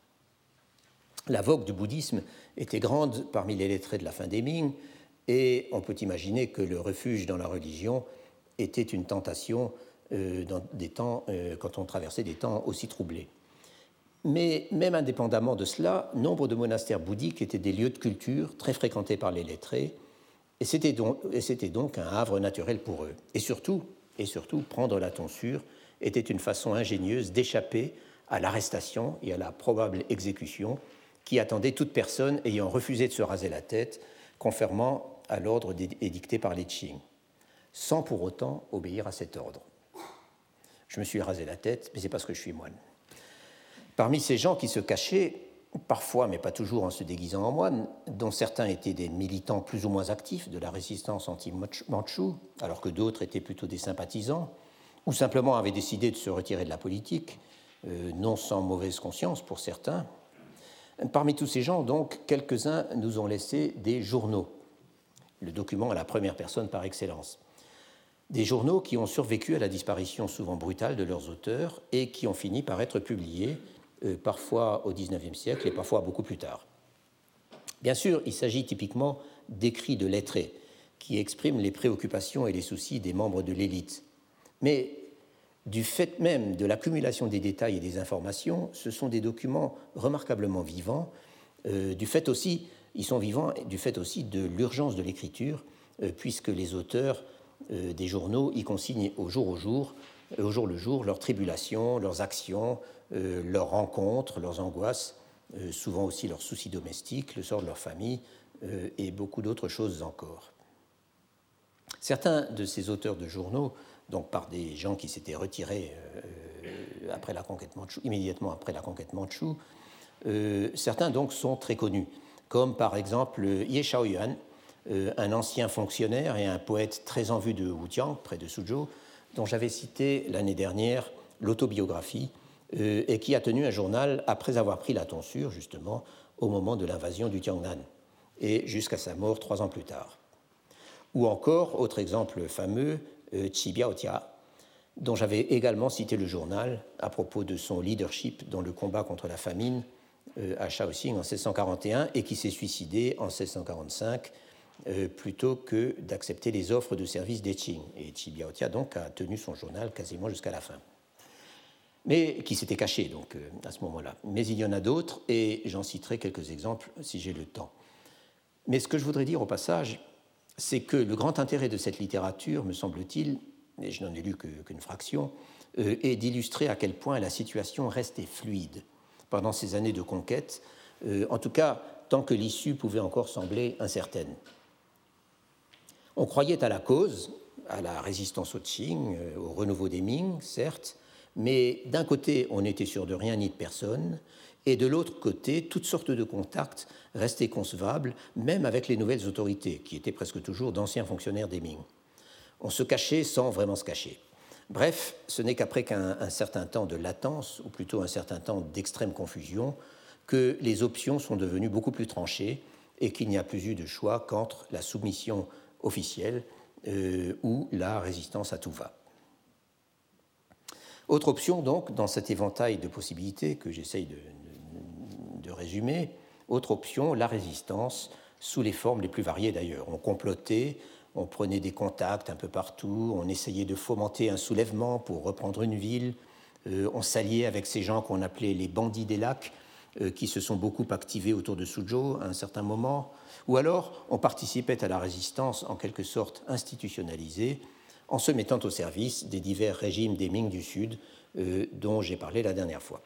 La vogue du bouddhisme était grande parmi les lettrés de la fin des Ming, et on peut imaginer que le refuge dans la religion était une tentation dans des temps, quand on traversait des temps aussi troublés. Mais même indépendamment de cela, nombre de monastères bouddhiques étaient des lieux de culture très fréquentés par les lettrés, et c'était donc un havre naturel pour eux. Et surtout, prendre la tonsure était une façon ingénieuse d'échapper à l'arrestation et à la probable exécution qui attendait toute personne ayant refusé de se raser la tête, conformément à l'ordre édicté par les Qing, sans pour autant obéir à cet ordre. Je me suis rasé la tête, mais c'est parce que je suis moine. Parmi ces gens qui se cachaient, parfois, mais pas toujours en se déguisant en moine, dont certains étaient des militants plus ou moins actifs de la résistance anti-mandchoue, alors que d'autres étaient plutôt des sympathisants, ou simplement avaient décidé de se retirer de la politique, non sans mauvaise conscience pour certains. Parmi tous ces gens, donc, quelques-uns nous ont laissé des journaux, le document à la première personne par excellence. Des journaux qui ont survécu à la disparition souvent brutale de leurs auteurs et qui ont fini par être publiés, parfois au XIXe siècle et parfois beaucoup plus tard. Bien sûr, il s'agit typiquement d'écrits de lettrés qui expriment les préoccupations et les soucis des membres de l'élite. Mais du fait même de l'accumulation des détails et des informations, ce sont des documents remarquablement vivants. Ils sont vivants du fait aussi de l'urgence de l'écriture, puisque les auteurs des journaux y consignent au jour le jour, leurs tribulations, leurs actions, leurs rencontres, leurs angoisses, souvent aussi leurs soucis domestiques, le sort de leur famille et beaucoup d'autres choses encore. Certains de ces auteurs de journaux, donc par des gens qui s'étaient retirés après la conquête mandchoue, immédiatement après la conquête mandchoue, certains donc sont très connus, comme par exemple Ye Shaoyuan, un ancien fonctionnaire et un poète très en vue de Wujiang, près de Suzhou, dont j'avais cité l'année dernière l'autobiographie, et qui a tenu un journal après avoir pris la tonsure, justement, au moment de l'invasion du Tiangnan, et jusqu'à sa mort 3 ans plus tard. Ou encore, autre exemple fameux, Qi Biaotia, dont j'avais également cité le journal à propos de son leadership dans le combat contre la famine à Shaoxing en 1641 et qui s'est suicidé en 1645 plutôt que d'accepter les offres de service des Qing. Et Qi Biaotia donc a tenu son journal quasiment jusqu'à la fin, mais qui s'était caché donc à ce moment-là. Mais il y en a d'autres et j'en citerai quelques exemples si j'ai le temps. Mais ce que je voudrais dire au passage, c'est que le grand intérêt de cette littérature, me semble-t-il, et je n'en ai lu qu'une fraction, est d'illustrer à quel point la situation restait fluide pendant ces années de conquête, en tout cas tant que l'issue pouvait encore sembler incertaine. On croyait à la cause, à la résistance au Qing, au renouveau des Ming, certes, mais d'un côté, on n'était sûr de rien ni de personne, et de l'autre côté, toutes sortes de contacts restaient concevables, même avec les nouvelles autorités, qui étaient presque toujours d'anciens fonctionnaires des Ming. On se cachait sans vraiment se cacher. Bref, ce n'est qu'après un certain temps de latence, ou plutôt un certain temps d'extrême confusion, que les options sont devenues beaucoup plus tranchées et qu'il n'y a plus eu de choix qu'entre la soumission officielle ou la résistance à tout va. Autre option, donc, dans cet éventail de possibilités que j'essaye de résumer, autre option, la résistance, sous les formes les plus variées d'ailleurs. On complotait, on prenait des contacts un peu partout, on essayait de fomenter un soulèvement pour reprendre une ville, on s'alliait avec ces gens qu'on appelait les bandits des lacs, qui se sont beaucoup activés autour de Suzhou à un certain moment, ou alors on participait à la résistance en quelque sorte institutionnalisée, en se mettant au service des divers régimes des Ming du Sud dont j'ai parlé la dernière fois.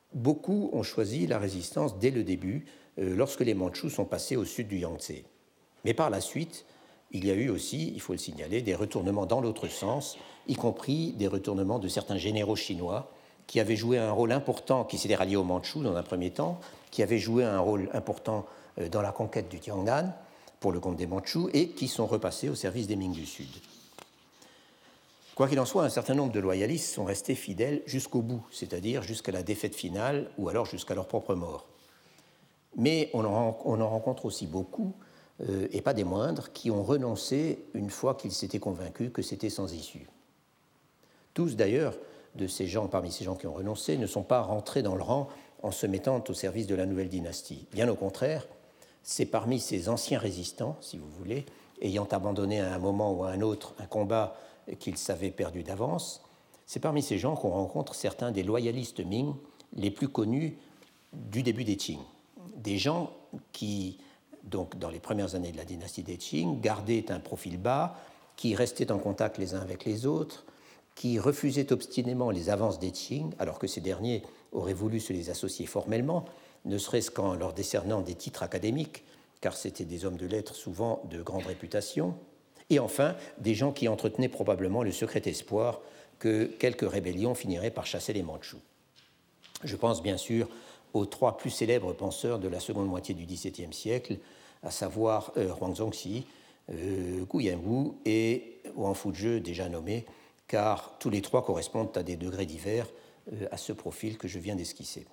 Beaucoup ont choisi la résistance dès le début, lorsque les Mandchous sont passés au sud du Yangtze. Mais par la suite, il y a eu aussi, il faut le signaler, des retournements dans l'autre sens, y compris des retournements de certains généraux chinois qui avaient joué un rôle important, qui s'étaient ralliés aux Mandchous dans un premier temps, qui avaient joué un rôle important dans la conquête du Tiangnan pour le compte des Mandchous et qui sont repassés au service des Ming du Sud. Quoi qu'il en soit, un certain nombre de loyalistes sont restés fidèles jusqu'au bout, c'est-à-dire jusqu'à la défaite finale ou alors jusqu'à leur propre mort. Mais on en rencontre aussi beaucoup, et pas des moindres, qui ont renoncé une fois qu'ils s'étaient convaincus que c'était sans issue. Tous, d'ailleurs, parmi ces gens qui ont renoncé, ne sont pas rentrés dans le rang en se mettant au service de la nouvelle dynastie. Bien au contraire, c'est parmi ces anciens résistants, si vous voulez, ayant abandonné à un moment ou à un autre un combat qu'ils savaient perdu d'avance, c'est parmi ces gens qu'on rencontre certains des loyalistes Ming les plus connus du début des Qing. Des gens qui, donc dans les premières années de la dynastie des Qing, gardaient un profil bas, qui restaient en contact les uns avec les autres, qui refusaient obstinément les avances des Qing, alors que ces derniers auraient voulu se les associer formellement, ne serait-ce qu'en leur décernant des titres académiques, car c'étaient des hommes de lettres souvent de grande réputation, et enfin des gens qui entretenaient probablement le secret espoir que quelques rébellions finiraient par chasser les Mandchous. Je pense bien sûr aux trois plus célèbres penseurs de la seconde moitié du XVIIe siècle, à savoir Huang Zongxi, Gu Yanwu et Wang Fuzhe, déjà nommés, car tous les trois correspondent à des degrés divers à ce profil que je viens d'esquisser.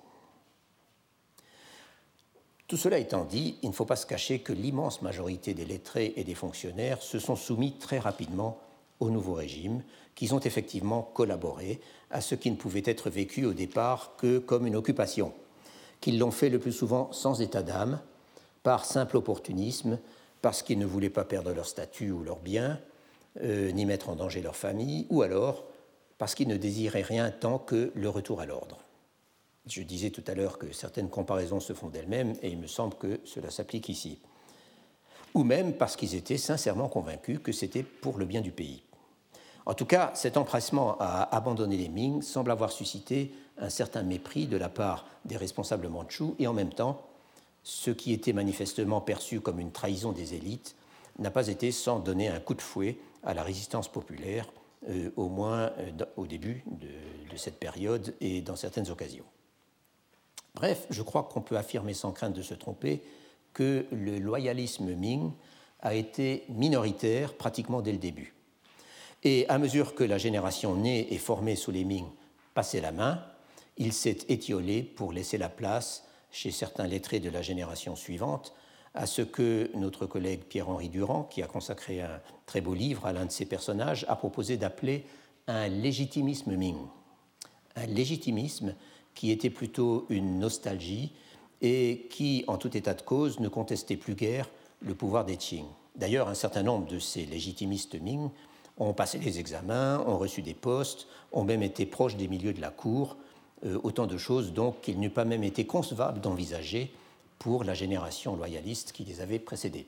Tout cela étant dit, il ne faut pas se cacher que l'immense majorité des lettrés et des fonctionnaires se sont soumis très rapidement au nouveau régime, qu'ils ont effectivement collaboré à ce qui ne pouvait être vécu au départ que comme une occupation, qu'ils l'ont fait le plus souvent sans état d'âme, par simple opportunisme, parce qu'ils ne voulaient pas perdre leur statut ou leurs biens, ni mettre en danger leur famille, ou alors parce qu'ils ne désiraient rien tant que le retour à l'ordre. Je disais tout à l'heure que certaines comparaisons se font d'elles-mêmes, et il me semble que cela s'applique ici. Ou même parce qu'ils étaient sincèrement convaincus que c'était pour le bien du pays. En tout cas, cet empressement à abandonner les Ming semble avoir suscité un certain mépris de la part des responsables mandchous, et en même temps, ce qui était manifestement perçu comme une trahison des élites n'a pas été sans donner un coup de fouet à la résistance populaire, au moins au début de cette période et dans certaines occasions. Bref, je crois qu'on peut affirmer sans crainte de se tromper que le loyalisme Ming a été minoritaire pratiquement dès le début. Et à mesure que la génération née et formée sous les Ming passait la main, il s'est étiolé pour laisser la place, chez certains lettrés de la génération suivante, à ce que notre collègue Pierre-Henri Durand, qui a consacré un très beau livre à l'un de ses personnages, a proposé d'appeler un légitimisme Ming. Un légitimisme qui était plutôt une nostalgie et qui, en tout état de cause, ne contestait plus guère le pouvoir des Qing. D'ailleurs, un certain nombre de ces légitimistes Ming ont passé les examens, ont reçu des postes, ont même été proches des milieux de la cour, autant de choses donc qu'il n'eût pas même été concevable d'envisager pour la génération loyaliste qui les avait précédés.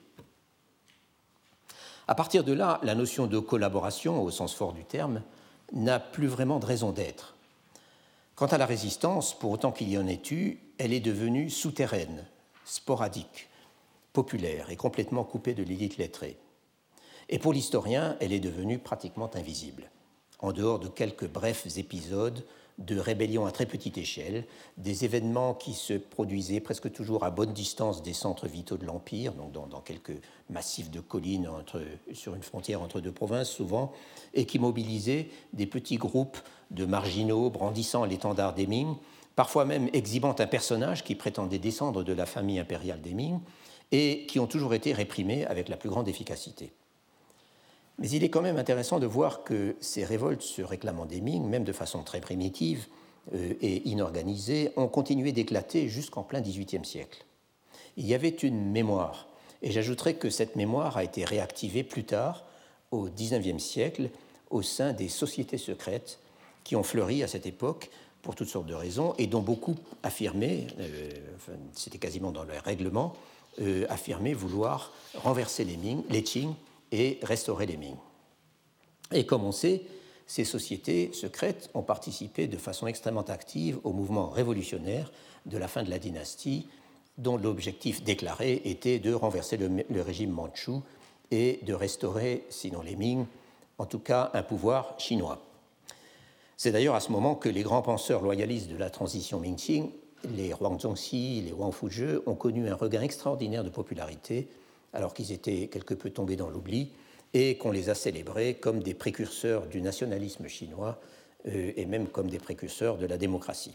À partir de là, la notion de collaboration, au sens fort du terme, n'a plus vraiment de raison d'être. Quant à la résistance, pour autant qu'il y en ait eu, elle est devenue souterraine, sporadique, populaire et complètement coupée de l'élite lettrée. Et pour l'historien, elle est devenue pratiquement invisible, en dehors de quelques brefs épisodes de rébellions à très petite échelle, des événements qui se produisaient presque toujours à bonne distance des centres vitaux de l'Empire, donc dans quelques massifs de collines sur une frontière entre deux provinces souvent, et qui mobilisaient des petits groupes de marginaux brandissant l'étendard des Ming, parfois même exhibant un personnage qui prétendait descendre de la famille impériale des Ming, et qui ont toujours été réprimés avec la plus grande efficacité. Mais il est quand même intéressant de voir que ces révoltes se réclamant des Ming, même de façon très primitive et inorganisée, ont continué d'éclater jusqu'en plein XVIIIe siècle. Il y avait une mémoire, et j'ajouterais que cette mémoire a été réactivée plus tard, au XIXe siècle, au sein des sociétés secrètes qui ont fleuri à cette époque pour toutes sortes de raisons, et dont beaucoup affirmaient, c'était quasiment dans leur règlement, affirmaient vouloir renverser les Qing, et restaurer les Ming. Et comme on sait, ces sociétés secrètes ont participé de façon extrêmement active au mouvement révolutionnaire de la fin de la dynastie dont l'objectif déclaré était de renverser le régime mandchou et de restaurer, sinon les Ming, en tout cas un pouvoir chinois. C'est d'ailleurs à ce moment que les grands penseurs loyalistes de la transition Ming-Qing, les Huang Zongxi, les Wang Fuzhe, ont connu un regain extraordinaire de popularité, alors qu'ils étaient quelque peu tombés dans l'oubli, et qu'on les a célébrés comme des précurseurs du nationalisme chinois et même comme des précurseurs de la démocratie.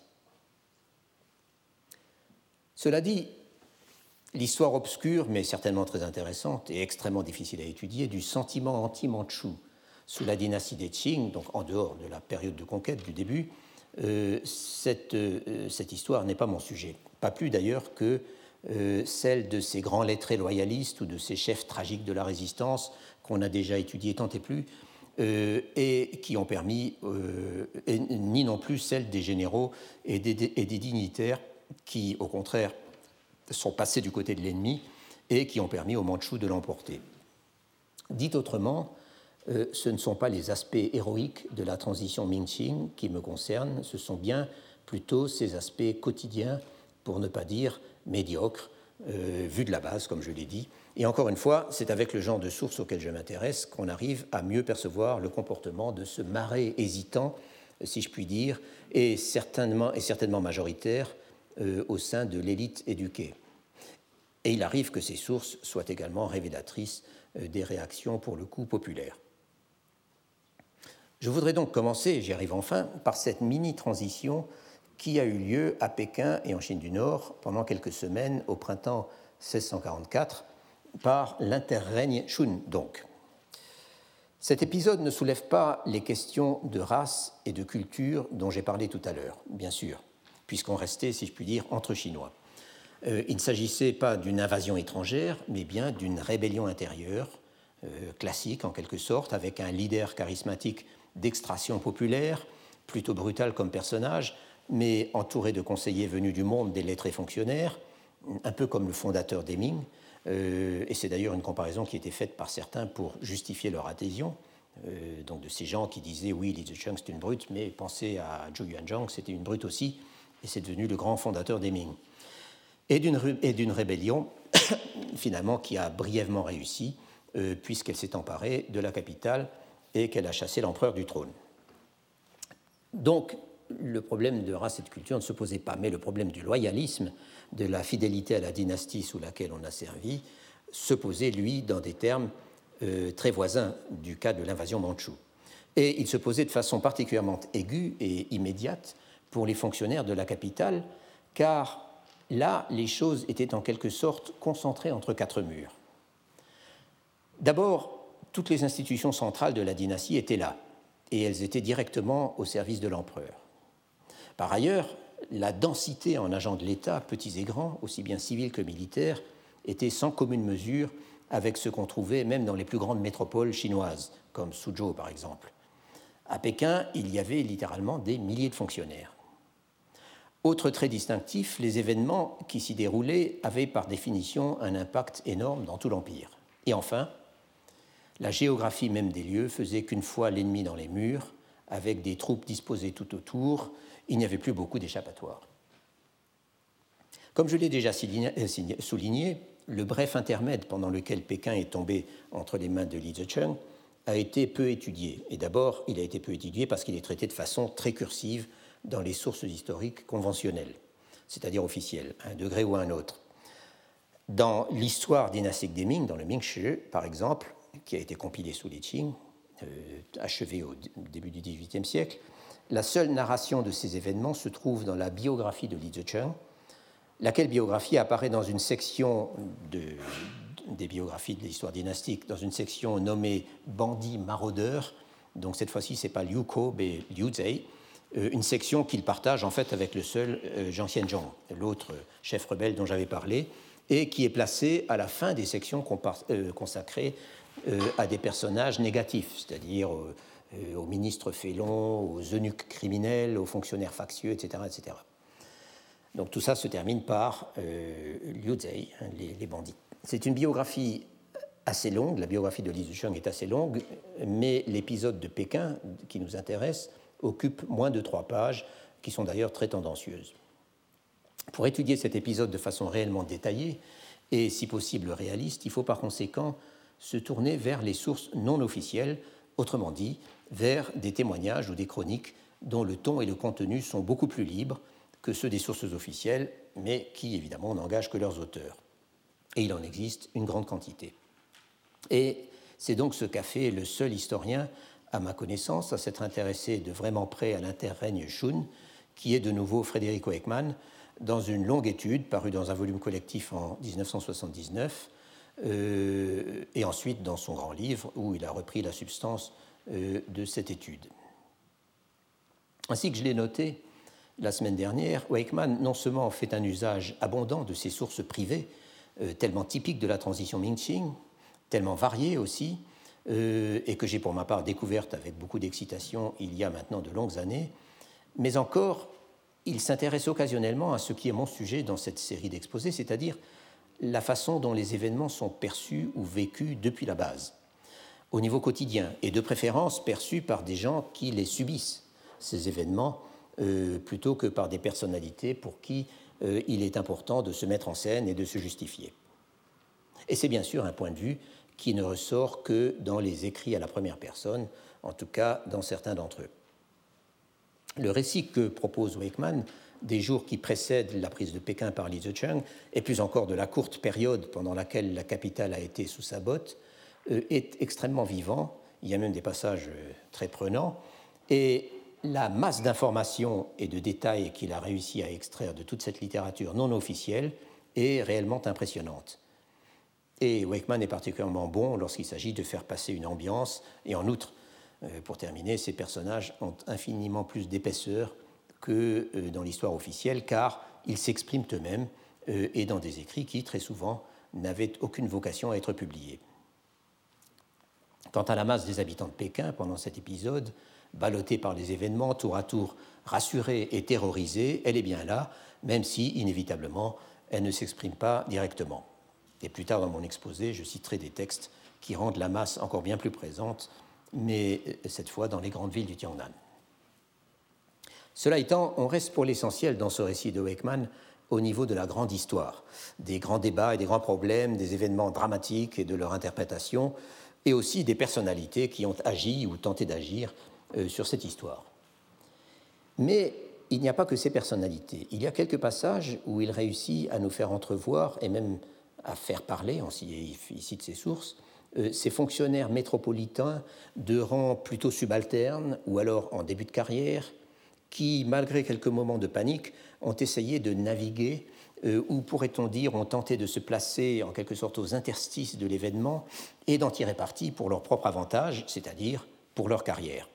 Cela dit, l'histoire obscure, mais certainement très intéressante et extrêmement difficile à étudier, du sentiment anti-mandchou sous la dynastie des Qing, donc en dehors de la période de conquête du début, cette histoire n'est pas mon sujet. Pas plus d'ailleurs que celle de ces grands lettrés loyalistes ou de ces chefs tragiques de la résistance qu'on a déjà étudiés tant et plus, et qui ont permis, ni non plus celle des généraux et des dignitaires qui, au contraire, sont passés du côté de l'ennemi et qui ont permis aux Mandchous de l'emporter. Dit autrement, ce ne sont pas les aspects héroïques de la transition Ming-Qing qui me concernent, ce sont bien plutôt ces aspects quotidiens, pour ne pas dire médiocres, vus de la base, comme je l'ai dit. Et encore une fois, c'est avec le genre de sources auxquelles je m'intéresse qu'on arrive à mieux percevoir le comportement de ce marais hésitant, si je puis dire, et certainement majoritaire au sein de l'élite éduquée. Et il arrive que ces sources soient également révélatrices des réactions, pour le coup, populaires. Je voudrais donc commencer, j'y arrive enfin, par cette mini-transition qui a eu lieu à Pékin et en Chine du Nord pendant quelques semaines au printemps 1644 par l'interrègne Shun donc. Cet épisode ne soulève pas les questions de race et de culture dont j'ai parlé tout à l'heure, bien sûr, puisqu'on restait, si je puis dire, entre Chinois. Il ne s'agissait pas d'une invasion étrangère, mais bien d'une rébellion intérieure, classique en quelque sorte, avec un leader charismatique d'extraction populaire, plutôt brutal comme personnage, mais entouré de conseillers venus du monde des lettrés fonctionnaires, un peu comme le fondateur des Ming, et c'est d'ailleurs une comparaison qui était faite par certains pour justifier leur adhésion, donc de ces gens qui disaient « oui, Li Zicheng c'est une brute, mais pensez à Zhou Yuanzhang, c'était une brute aussi, et c'est devenu le grand fondateur des Ming ». Et d'une rébellion, finalement, qui a brièvement réussi, puisqu'elle s'est emparée de la capitale et qu'elle a chassé l'empereur du trône. Donc, le problème de race et de culture ne se posait pas, mais le problème du loyalisme, de la fidélité à la dynastie sous laquelle on a servi, se posait, lui, dans des termes très voisins du cas de l'invasion mandchoue. Et il se posait de façon particulièrement aiguë et immédiate pour les fonctionnaires de la capitale, car là, les choses étaient en quelque sorte concentrées entre quatre murs. D'abord, toutes les institutions centrales de la dynastie étaient là, et elles étaient directement au service de l'empereur. Par ailleurs, la densité en agents de l'État, petits et grands, aussi bien civils que militaires, était sans commune mesure avec ce qu'on trouvait même dans les plus grandes métropoles chinoises, comme Suzhou par exemple. À Pékin, il y avait littéralement des milliers de fonctionnaires. Autre trait distinctif, les événements qui s'y déroulaient avaient par définition un impact énorme dans tout l'Empire. Et enfin, la géographie même des lieux faisait qu'une fois l'ennemi dans les murs, avec des troupes disposées tout autour, il n'y avait plus beaucoup d'échappatoires. Comme je l'ai déjà souligné, le bref intermède pendant lequel Pékin est tombé entre les mains de Li Zicheng a été peu étudié. Et d'abord, il a été peu étudié parce qu'il est traité de façon très cursive dans les sources historiques conventionnelles, c'est-à-dire officielles, à un degré ou à un autre. Dans l'histoire dynastique des Ming, dans le Mingshi, par exemple, qui a été compilé sous les Qing, achevé au début du XVIIIe siècle, la seule narration de ces événements se trouve dans la biographie de Li Zicheng, laquelle biographie apparaît dans une section des biographies de l'histoire dynastique, dans une section nommée Bandits maraudeurs. Donc cette fois-ci, ce n'est pas Liu Ko, mais Liu Zei, une section qu'il partage en fait avec le seul Zhang Xianzhong, l'autre chef rebelle dont j'avais parlé, et qui est placé à la fin des sections consacrées à des personnages négatifs, c'est-à-dire aux ministres félons, aux eunuques criminels, aux fonctionnaires factieux, etc., etc. Donc tout ça se termine par Liu Zei, les bandits. C'est une biographie assez longue, la biographie de Li Zicheng est assez longue, mais l'épisode de Pékin qui nous intéresse occupe moins de 3 pages, qui sont d'ailleurs très tendancieuses. Pour étudier cet épisode de façon réellement détaillée et, si possible, réaliste, il faut par conséquent se tourner vers les sources non officielles, autrement dit, vers des témoignages ou des chroniques dont le ton et le contenu sont beaucoup plus libres que ceux des sources officielles, mais qui, évidemment, n'engagent que leurs auteurs. Et il en existe une grande quantité. Et c'est donc ce qu'a fait le seul historien, à ma connaissance, à s'être intéressé de vraiment près à l'interrègne Shun, qui est de nouveau Federico Ekman, dans une longue étude parue dans un volume collectif en 1979, et ensuite dans son grand livre où il a repris la substance de cette étude. Ainsi que je l'ai noté la semaine dernière, Wakeman non seulement fait un usage abondant de ses sources privées, tellement typiques de la transition Ming-Qing, tellement variées aussi, et que j'ai pour ma part découverte avec beaucoup d'excitation il y a maintenant de longues années, mais encore, il s'intéresse occasionnellement à ce qui est mon sujet dans cette série d'exposés, c'est-à-dire la façon dont les événements sont perçus ou vécus depuis la base, au niveau quotidien, et de préférence perçus par des gens qui les subissent, ces événements, plutôt que par des personnalités pour qui il est important de se mettre en scène et de se justifier. Et c'est bien sûr un point de vue qui ne ressort que dans les écrits à la première personne, en tout cas dans certains d'entre eux. Le récit que propose Wakeman des jours qui précèdent la prise de Pékin par Li Zicheng, et plus encore de la courte période pendant laquelle la capitale a été sous sa botte, est extrêmement vivant. Il y a même des passages très prenants. Et la masse d'informations et de détails qu'il a réussi à extraire de toute cette littérature non officielle est réellement impressionnante. Et Wakeman est particulièrement bon lorsqu'il s'agit de faire passer une ambiance. Et en outre, pour terminer, ces personnages ont infiniment plus d'épaisseur que dans l'histoire officielle, car ils s'expriment eux-mêmes et dans des écrits qui, très souvent, n'avaient aucune vocation à être publiés. Quant à la masse des habitants de Pékin, pendant cet épisode, ballottée par les événements, tour à tour rassurée et terrorisée, elle est bien là, même si, inévitablement, elle ne s'exprime pas directement. Et plus tard dans mon exposé, je citerai des textes qui rendent la masse encore bien plus présente, mais cette fois dans les grandes villes du Tiangnan. Cela étant, on reste pour l'essentiel dans ce récit de Wakeman au niveau de la grande histoire, des grands débats et des grands problèmes, des événements dramatiques et de leur interprétation, et aussi des personnalités qui ont agi ou tenté d'agir sur cette histoire. Mais il n'y a pas que ces personnalités. Il y a quelques passages où il réussit à nous faire entrevoir et même à faire parler, il cite ses sources, ces fonctionnaires métropolitains de rang plutôt subalterne ou alors en début de carrière qui, malgré quelques moments de panique, ont essayé de naviguer ou, pourrait-on dire, ont tenté de se placer en quelque sorte aux interstices de l'événement et d'en tirer parti pour leur propre avantage, c'est-à-dire pour leur carrière.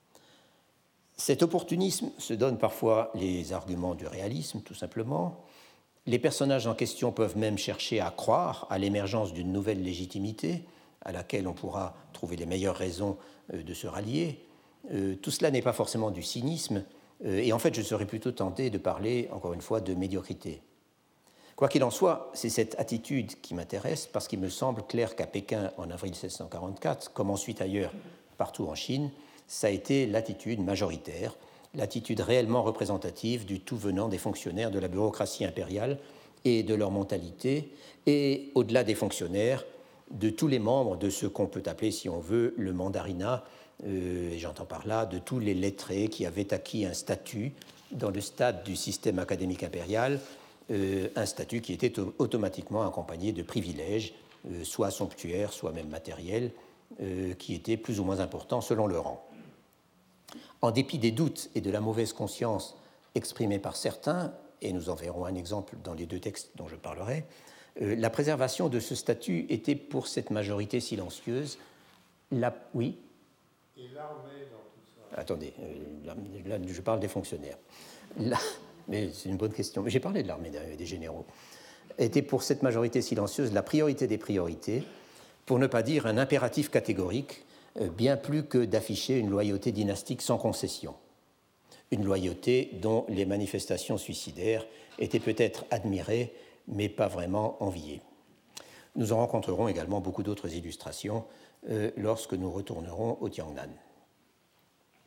Cet opportunisme se donne parfois les arguments du réalisme, tout simplement. Les personnages en question peuvent même chercher à croire à l'émergence d'une nouvelle légitimité à laquelle on pourra trouver les meilleures raisons de se rallier. Tout cela n'est pas forcément du cynisme, et en fait je serais plutôt tenté de parler, encore une fois, de médiocrité. Quoi qu'il en soit, c'est cette attitude qui m'intéresse parce qu'il me semble clair qu'à Pékin, en avril 1744, comme ensuite ailleurs, partout en Chine, ça a été l'attitude majoritaire, l'attitude réellement représentative du tout venant des fonctionnaires de la bureaucratie impériale et de leur mentalité, et au-delà des fonctionnaires, de tous les membres de ce qu'on peut appeler, si on veut, le mandarinat, et j'entends par là de tous les lettrés qui avaient acquis un statut dans le stade du système académique impérial, un statut qui était automatiquement accompagné de privilèges, soit somptuaires, soit même matériels, qui étaient plus ou moins importants selon le rang. En dépit des doutes et de la mauvaise conscience exprimés par certains, et nous en verrons un exemple dans les deux textes dont je parlerai, la préservation de ce statut était pour cette majorité silencieuse oui. Et l'armée dans tout ça? Attendez, là je parle des fonctionnaires. Mais c'est une bonne question. J'ai parlé de l'armée des généraux. Était pour cette majorité silencieuse la priorité des priorités, pour ne pas dire un impératif catégorique, bien plus que d'afficher une loyauté dynastique sans concession. Une loyauté dont les manifestations suicidaires étaient peut-être admirées, mais pas vraiment enviées. Nous en rencontrerons également beaucoup d'autres illustrations lorsque nous retournerons au Tiangnan.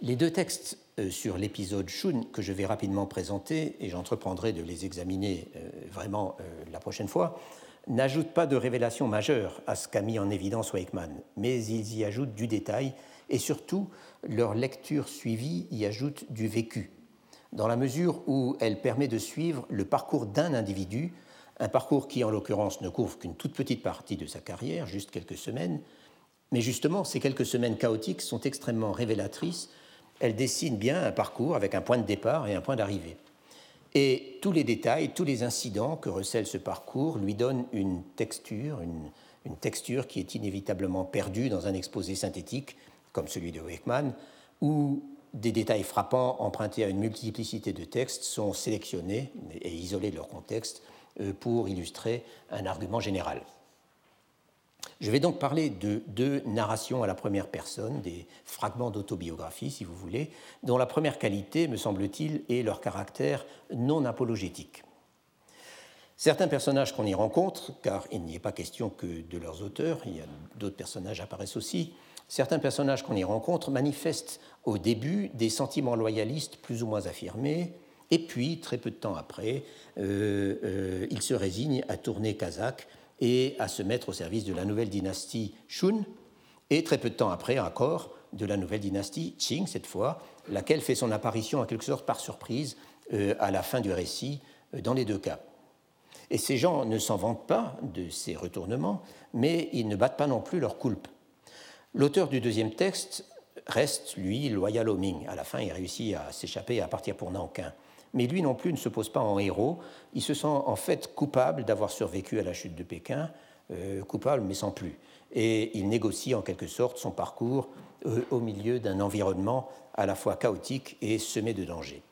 Les deux textes sur l'épisode Shun que je vais rapidement présenter, et j'entreprendrai de les examiner vraiment la prochaine fois, n'ajoutent pas de révélation majeure à ce qu'a mis en évidence Wakeman, mais ils y ajoutent du détail et surtout leur lecture suivie y ajoute du vécu, dans la mesure où elle permet de suivre le parcours d'un individu, un parcours qui en l'occurrence ne couvre qu'une toute petite partie de sa carrière, juste quelques semaines, mais justement ces quelques semaines chaotiques sont extrêmement révélatrices. Elles dessinent bien un parcours avec un point de départ et un point d'arrivée. Et tous les détails, tous les incidents que recèle ce parcours lui donnent une texture qui est inévitablement perdue dans un exposé synthétique, comme celui de Wakeman, où des détails frappants empruntés à une multiplicité de textes sont sélectionnés et isolés de leur contexte pour illustrer un argument général. Je vais donc parler de deux narrations à la première personne, des fragments d'autobiographie, si vous voulez, dont la première qualité, me semble-t-il, est leur caractère non apologétique. Certains personnages qu'on y rencontre, car il n'y est pas question que de leurs auteurs, il y a d'autres personnages apparaissent aussi, certains personnages qu'on y rencontre manifestent au début des sentiments loyalistes plus ou moins affirmés, et puis, très peu de temps après, ils se résignent à tourner kazakh et à se mettre au service de la nouvelle dynastie Shun, et très peu de temps après encore, de la nouvelle dynastie Qing, cette fois, laquelle fait son apparition en quelque sorte par surprise à la fin du récit, dans les deux cas. Et ces gens ne s'en vantent pas de ces retournements, mais ils ne battent pas non plus leur coulpe. L'auteur du deuxième texte reste, lui, loyal au Ming. À la fin, il réussit à s'échapper et à partir pour Nankin. Mais lui non plus ne se pose pas en héros. Il se sent en fait coupable d'avoir survécu à la chute de Pékin, coupable mais sans plus. Et il négocie en quelque sorte son parcours au milieu d'un environnement à la fois chaotique et semé de dangers.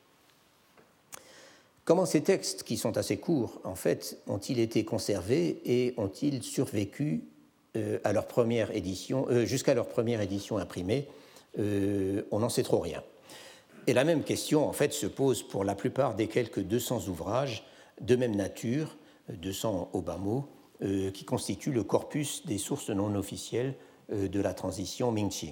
Comment ces textes, qui sont assez courts, en fait, ont-ils été conservés et ont-ils survécu à leur première édition, jusqu'à leur première édition imprimée? On n'en sait trop rien. Et la même question, en fait, se pose pour la plupart des quelques 200 ouvrages de même nature, 200 au bas mot, qui constituent le corpus des sources non officielles de la transition Ming-Qing.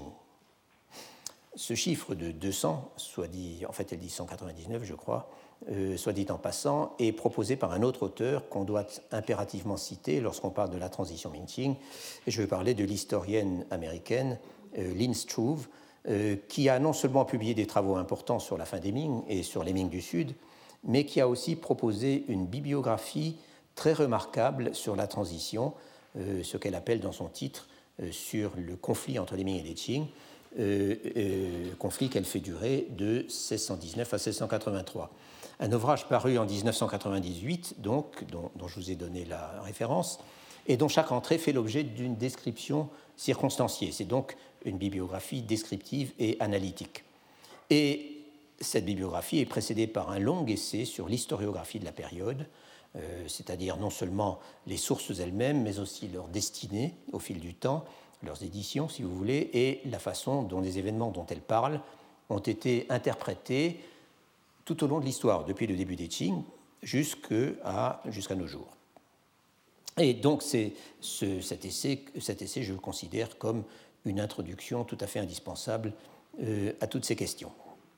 Ce chiffre de 200, soit dit, en fait elle dit 199 je crois, soit dit en passant, est proposé par un autre auteur qu'on doit impérativement citer lorsqu'on parle de la transition Ming-Qing. Et je vais parler de l'historienne américaine Lynn Struve, qui a non seulement publié des travaux importants sur la fin des Ming et sur les Ming du Sud, mais qui a aussi proposé une bibliographie très remarquable sur la transition, ce qu'elle appelle dans son titre sur le conflit entre les Ming et les Qing, conflit qu'elle fait durer de 1619 à 1683. Un ouvrage paru en 1998, donc, dont je vous ai donné la référence, et dont chaque entrée fait l'objet d'une description circonstanciée. C'est donc une bibliographie descriptive et analytique. Et cette bibliographie est précédée par un long essai sur l'historiographie de la période, c'est-à-dire non seulement les sources elles-mêmes, mais aussi leur destinée au fil du temps, leurs éditions, si vous voulez, et la façon dont les événements dont elles parlent ont été interprétés tout au long de l'histoire, depuis le début des Qing jusqu'à nos jours. Et donc cet essai, je le considère comme une introduction tout à fait indispensable à toutes ces questions.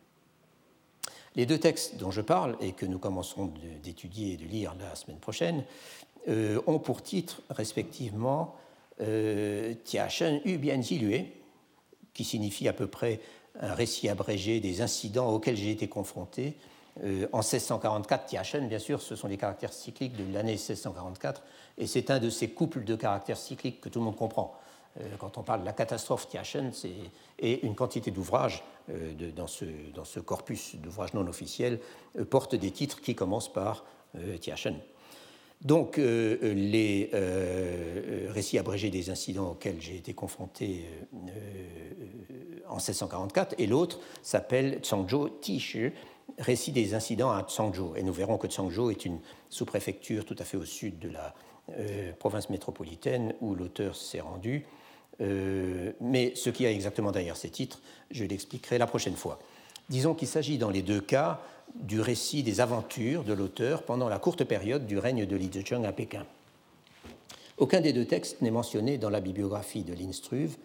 Les deux textes dont je parle et que nous commencerons d'étudier et de lire la semaine prochaine ont pour titre respectivement Tia Shen Yu Bian Ji Lue, qui signifie à peu près un récit abrégé des incidents auxquels j'ai été confronté en 1644. Tia Shen, bien sûr, ce sont les caractères cycliques de l'année 1644, et c'est un de ces couples de caractères cycliques que tout le monde comprend. Quand on parle de la catastrophe Tiachen, et une quantité d'ouvrages dans ce corpus d'ouvrages non officiels portent des titres qui commencent par Tiachen. Donc, les récits abrégés des incidents auxquels j'ai été confronté en 1644, et l'autre s'appelle Changzhou Tishi, récit des incidents à Changzhou. Et nous verrons que Changzhou est une sous-préfecture tout à fait au sud de la province métropolitaine où l'auteur s'est rendu. Mais ce qu'il y a exactement derrière ces titres, je l'expliquerai la prochaine fois. Disons qu'il s'agit dans les deux cas du récit des aventures de l'auteur pendant la courte période du règne de Li Zicheng à Pékin. Aucun des deux textes n'est mentionné dans la bibliographie de Lynn Struve,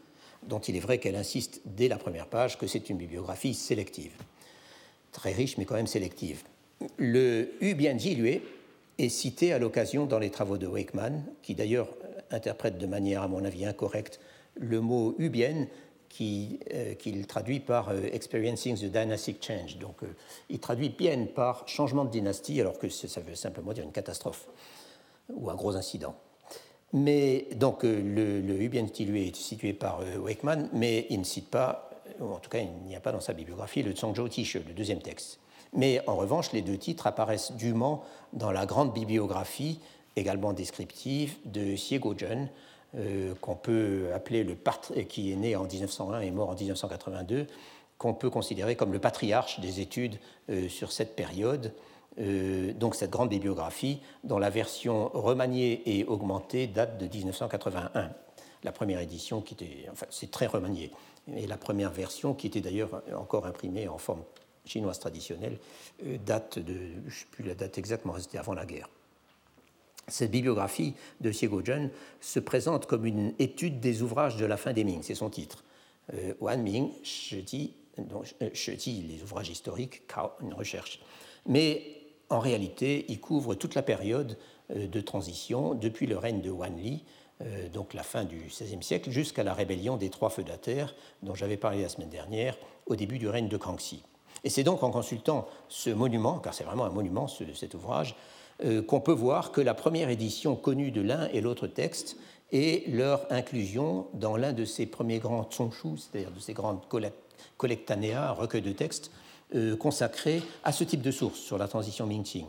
dont il est vrai qu'elle insiste dès la première page que c'est une bibliographie sélective. Très riche, mais quand même sélective. Le U bien dilué est cité à l'occasion dans les travaux de Wakeman, qui d'ailleurs interprète de manière, à mon avis, incorrecte le mot Ubien, qu'il traduit par Experiencing the Dynastic Change. Donc, il traduit bien par changement de dynastie, alors que ça veut simplement dire une catastrophe ou un gros incident. Mais donc, le Ubien dilué est situé par Wakeman, mais il ne cite pas, ou en tout cas, il n'y a pas dans sa bibliographie, le Zhongzhou Tishe, le deuxième texte. Mais en revanche, les deux titres apparaissent dûment dans la grande bibliographie, également descriptive, de Xie Guozhen, qu'on peut appeler qui est né en 1901 et mort en 1982, qu'on peut considérer comme le patriarche des études sur cette période. Donc cette grande bibliographie, dont la version remaniée et augmentée date de 1981. La première édition, c'est très remanié, et la première version, qui était d'ailleurs encore imprimée en forme chinoise traditionnelle, date de, je ne sais plus la date exactement, c'était avant la guerre. Cette bibliographie de Xie Guozhen se présente comme une étude des ouvrages de la fin des Ming, c'est son titre. Wan Ming, Shiji, les ouvrages historiques, Kao, une recherche. Mais en réalité, il couvre toute la période de transition depuis le règne de Wan Li, donc la fin du XVIe siècle, jusqu'à la rébellion des trois feudataires dont j'avais parlé la semaine dernière, au début du règne de Kangxi. Et c'est donc en consultant ce monument, car c'est vraiment un monument, cet ouvrage, qu'on peut voir que la première édition connue de l'un et l'autre texte est leur inclusion dans l'un de ces premiers grands zhongshu, c'est-à-dire de ces grandes collectanea, recueils de textes, consacrés à ce type de source sur la transition Ming-Qing.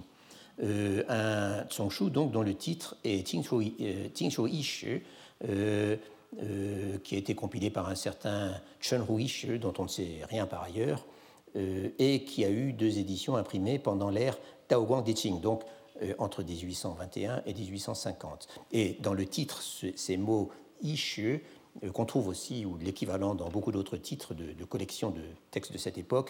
Un zhongshu donc dont le titre est Qingshuo Yishu, qui a été compilé par un certain Chenru Yishu, dont on ne sait rien par ailleurs, et qui a eu 2 éditions imprimées pendant l'ère Daoguang Diqing, donc entre 1821 et 1850. Et dans le titre, ces mots Yishu, qu'on trouve aussi, ou l'équivalent dans beaucoup d'autres titres de collections de textes de cette époque,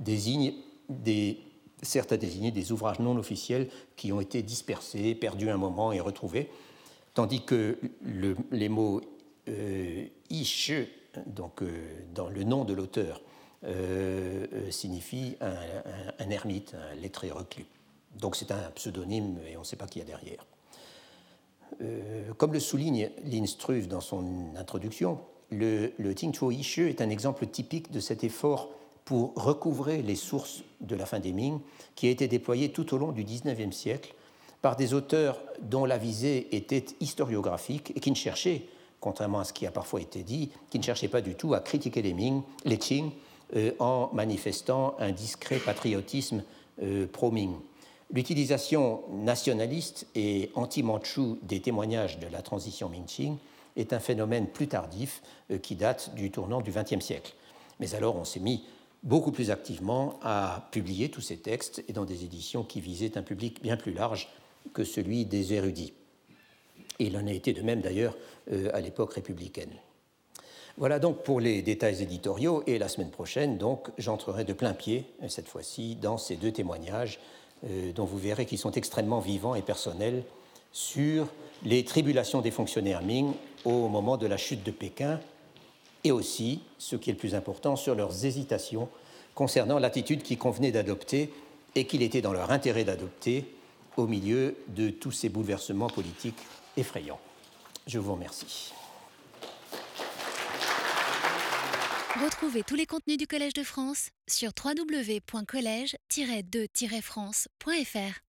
certes à désigner des ouvrages non officiels qui ont été dispersés, perdus un moment et retrouvés, tandis que les mots Yishu, donc dans le nom de l'auteur, signifie un ermite, un lettré reclus. Donc c'est un pseudonyme et on ne sait pas qui y a derrière. Comme le souligne Lin Struve dans son introduction, le Qingshuo Yishu est un exemple typique de cet effort pour recouvrer les sources de la fin des Ming qui a été déployé tout au long du XIXe siècle par des auteurs dont la visée était historiographique et qui ne cherchaient, contrairement à ce qui a parfois été dit, qui ne cherchaient pas du tout à critiquer les Qing en manifestant un discret patriotisme pro-Ming. L'utilisation nationaliste et anti-mandchou des témoignages de la transition Ming-Qing est un phénomène plus tardif qui date du tournant du XXe siècle. Mais alors on s'est mis beaucoup plus activement à publier tous ces textes et dans des éditions qui visaient un public bien plus large que celui des érudits. Et il en a été de même d'ailleurs à l'époque républicaine. Voilà donc pour les détails éditoriaux et la semaine prochaine, donc, j'entrerai de plein pied, cette fois-ci, dans ces 2 témoignages dont vous verrez qu'ils sont extrêmement vivants et personnels sur les tribulations des fonctionnaires Ming au moment de la chute de Pékin et aussi, ce qui est le plus important, sur leurs hésitations concernant l'attitude qu'il convenait d'adopter et qu'il était dans leur intérêt d'adopter au milieu de tous ces bouleversements politiques effrayants. Je vous remercie. Retrouvez tous les contenus du Collège de France sur www.collège-2-france.fr.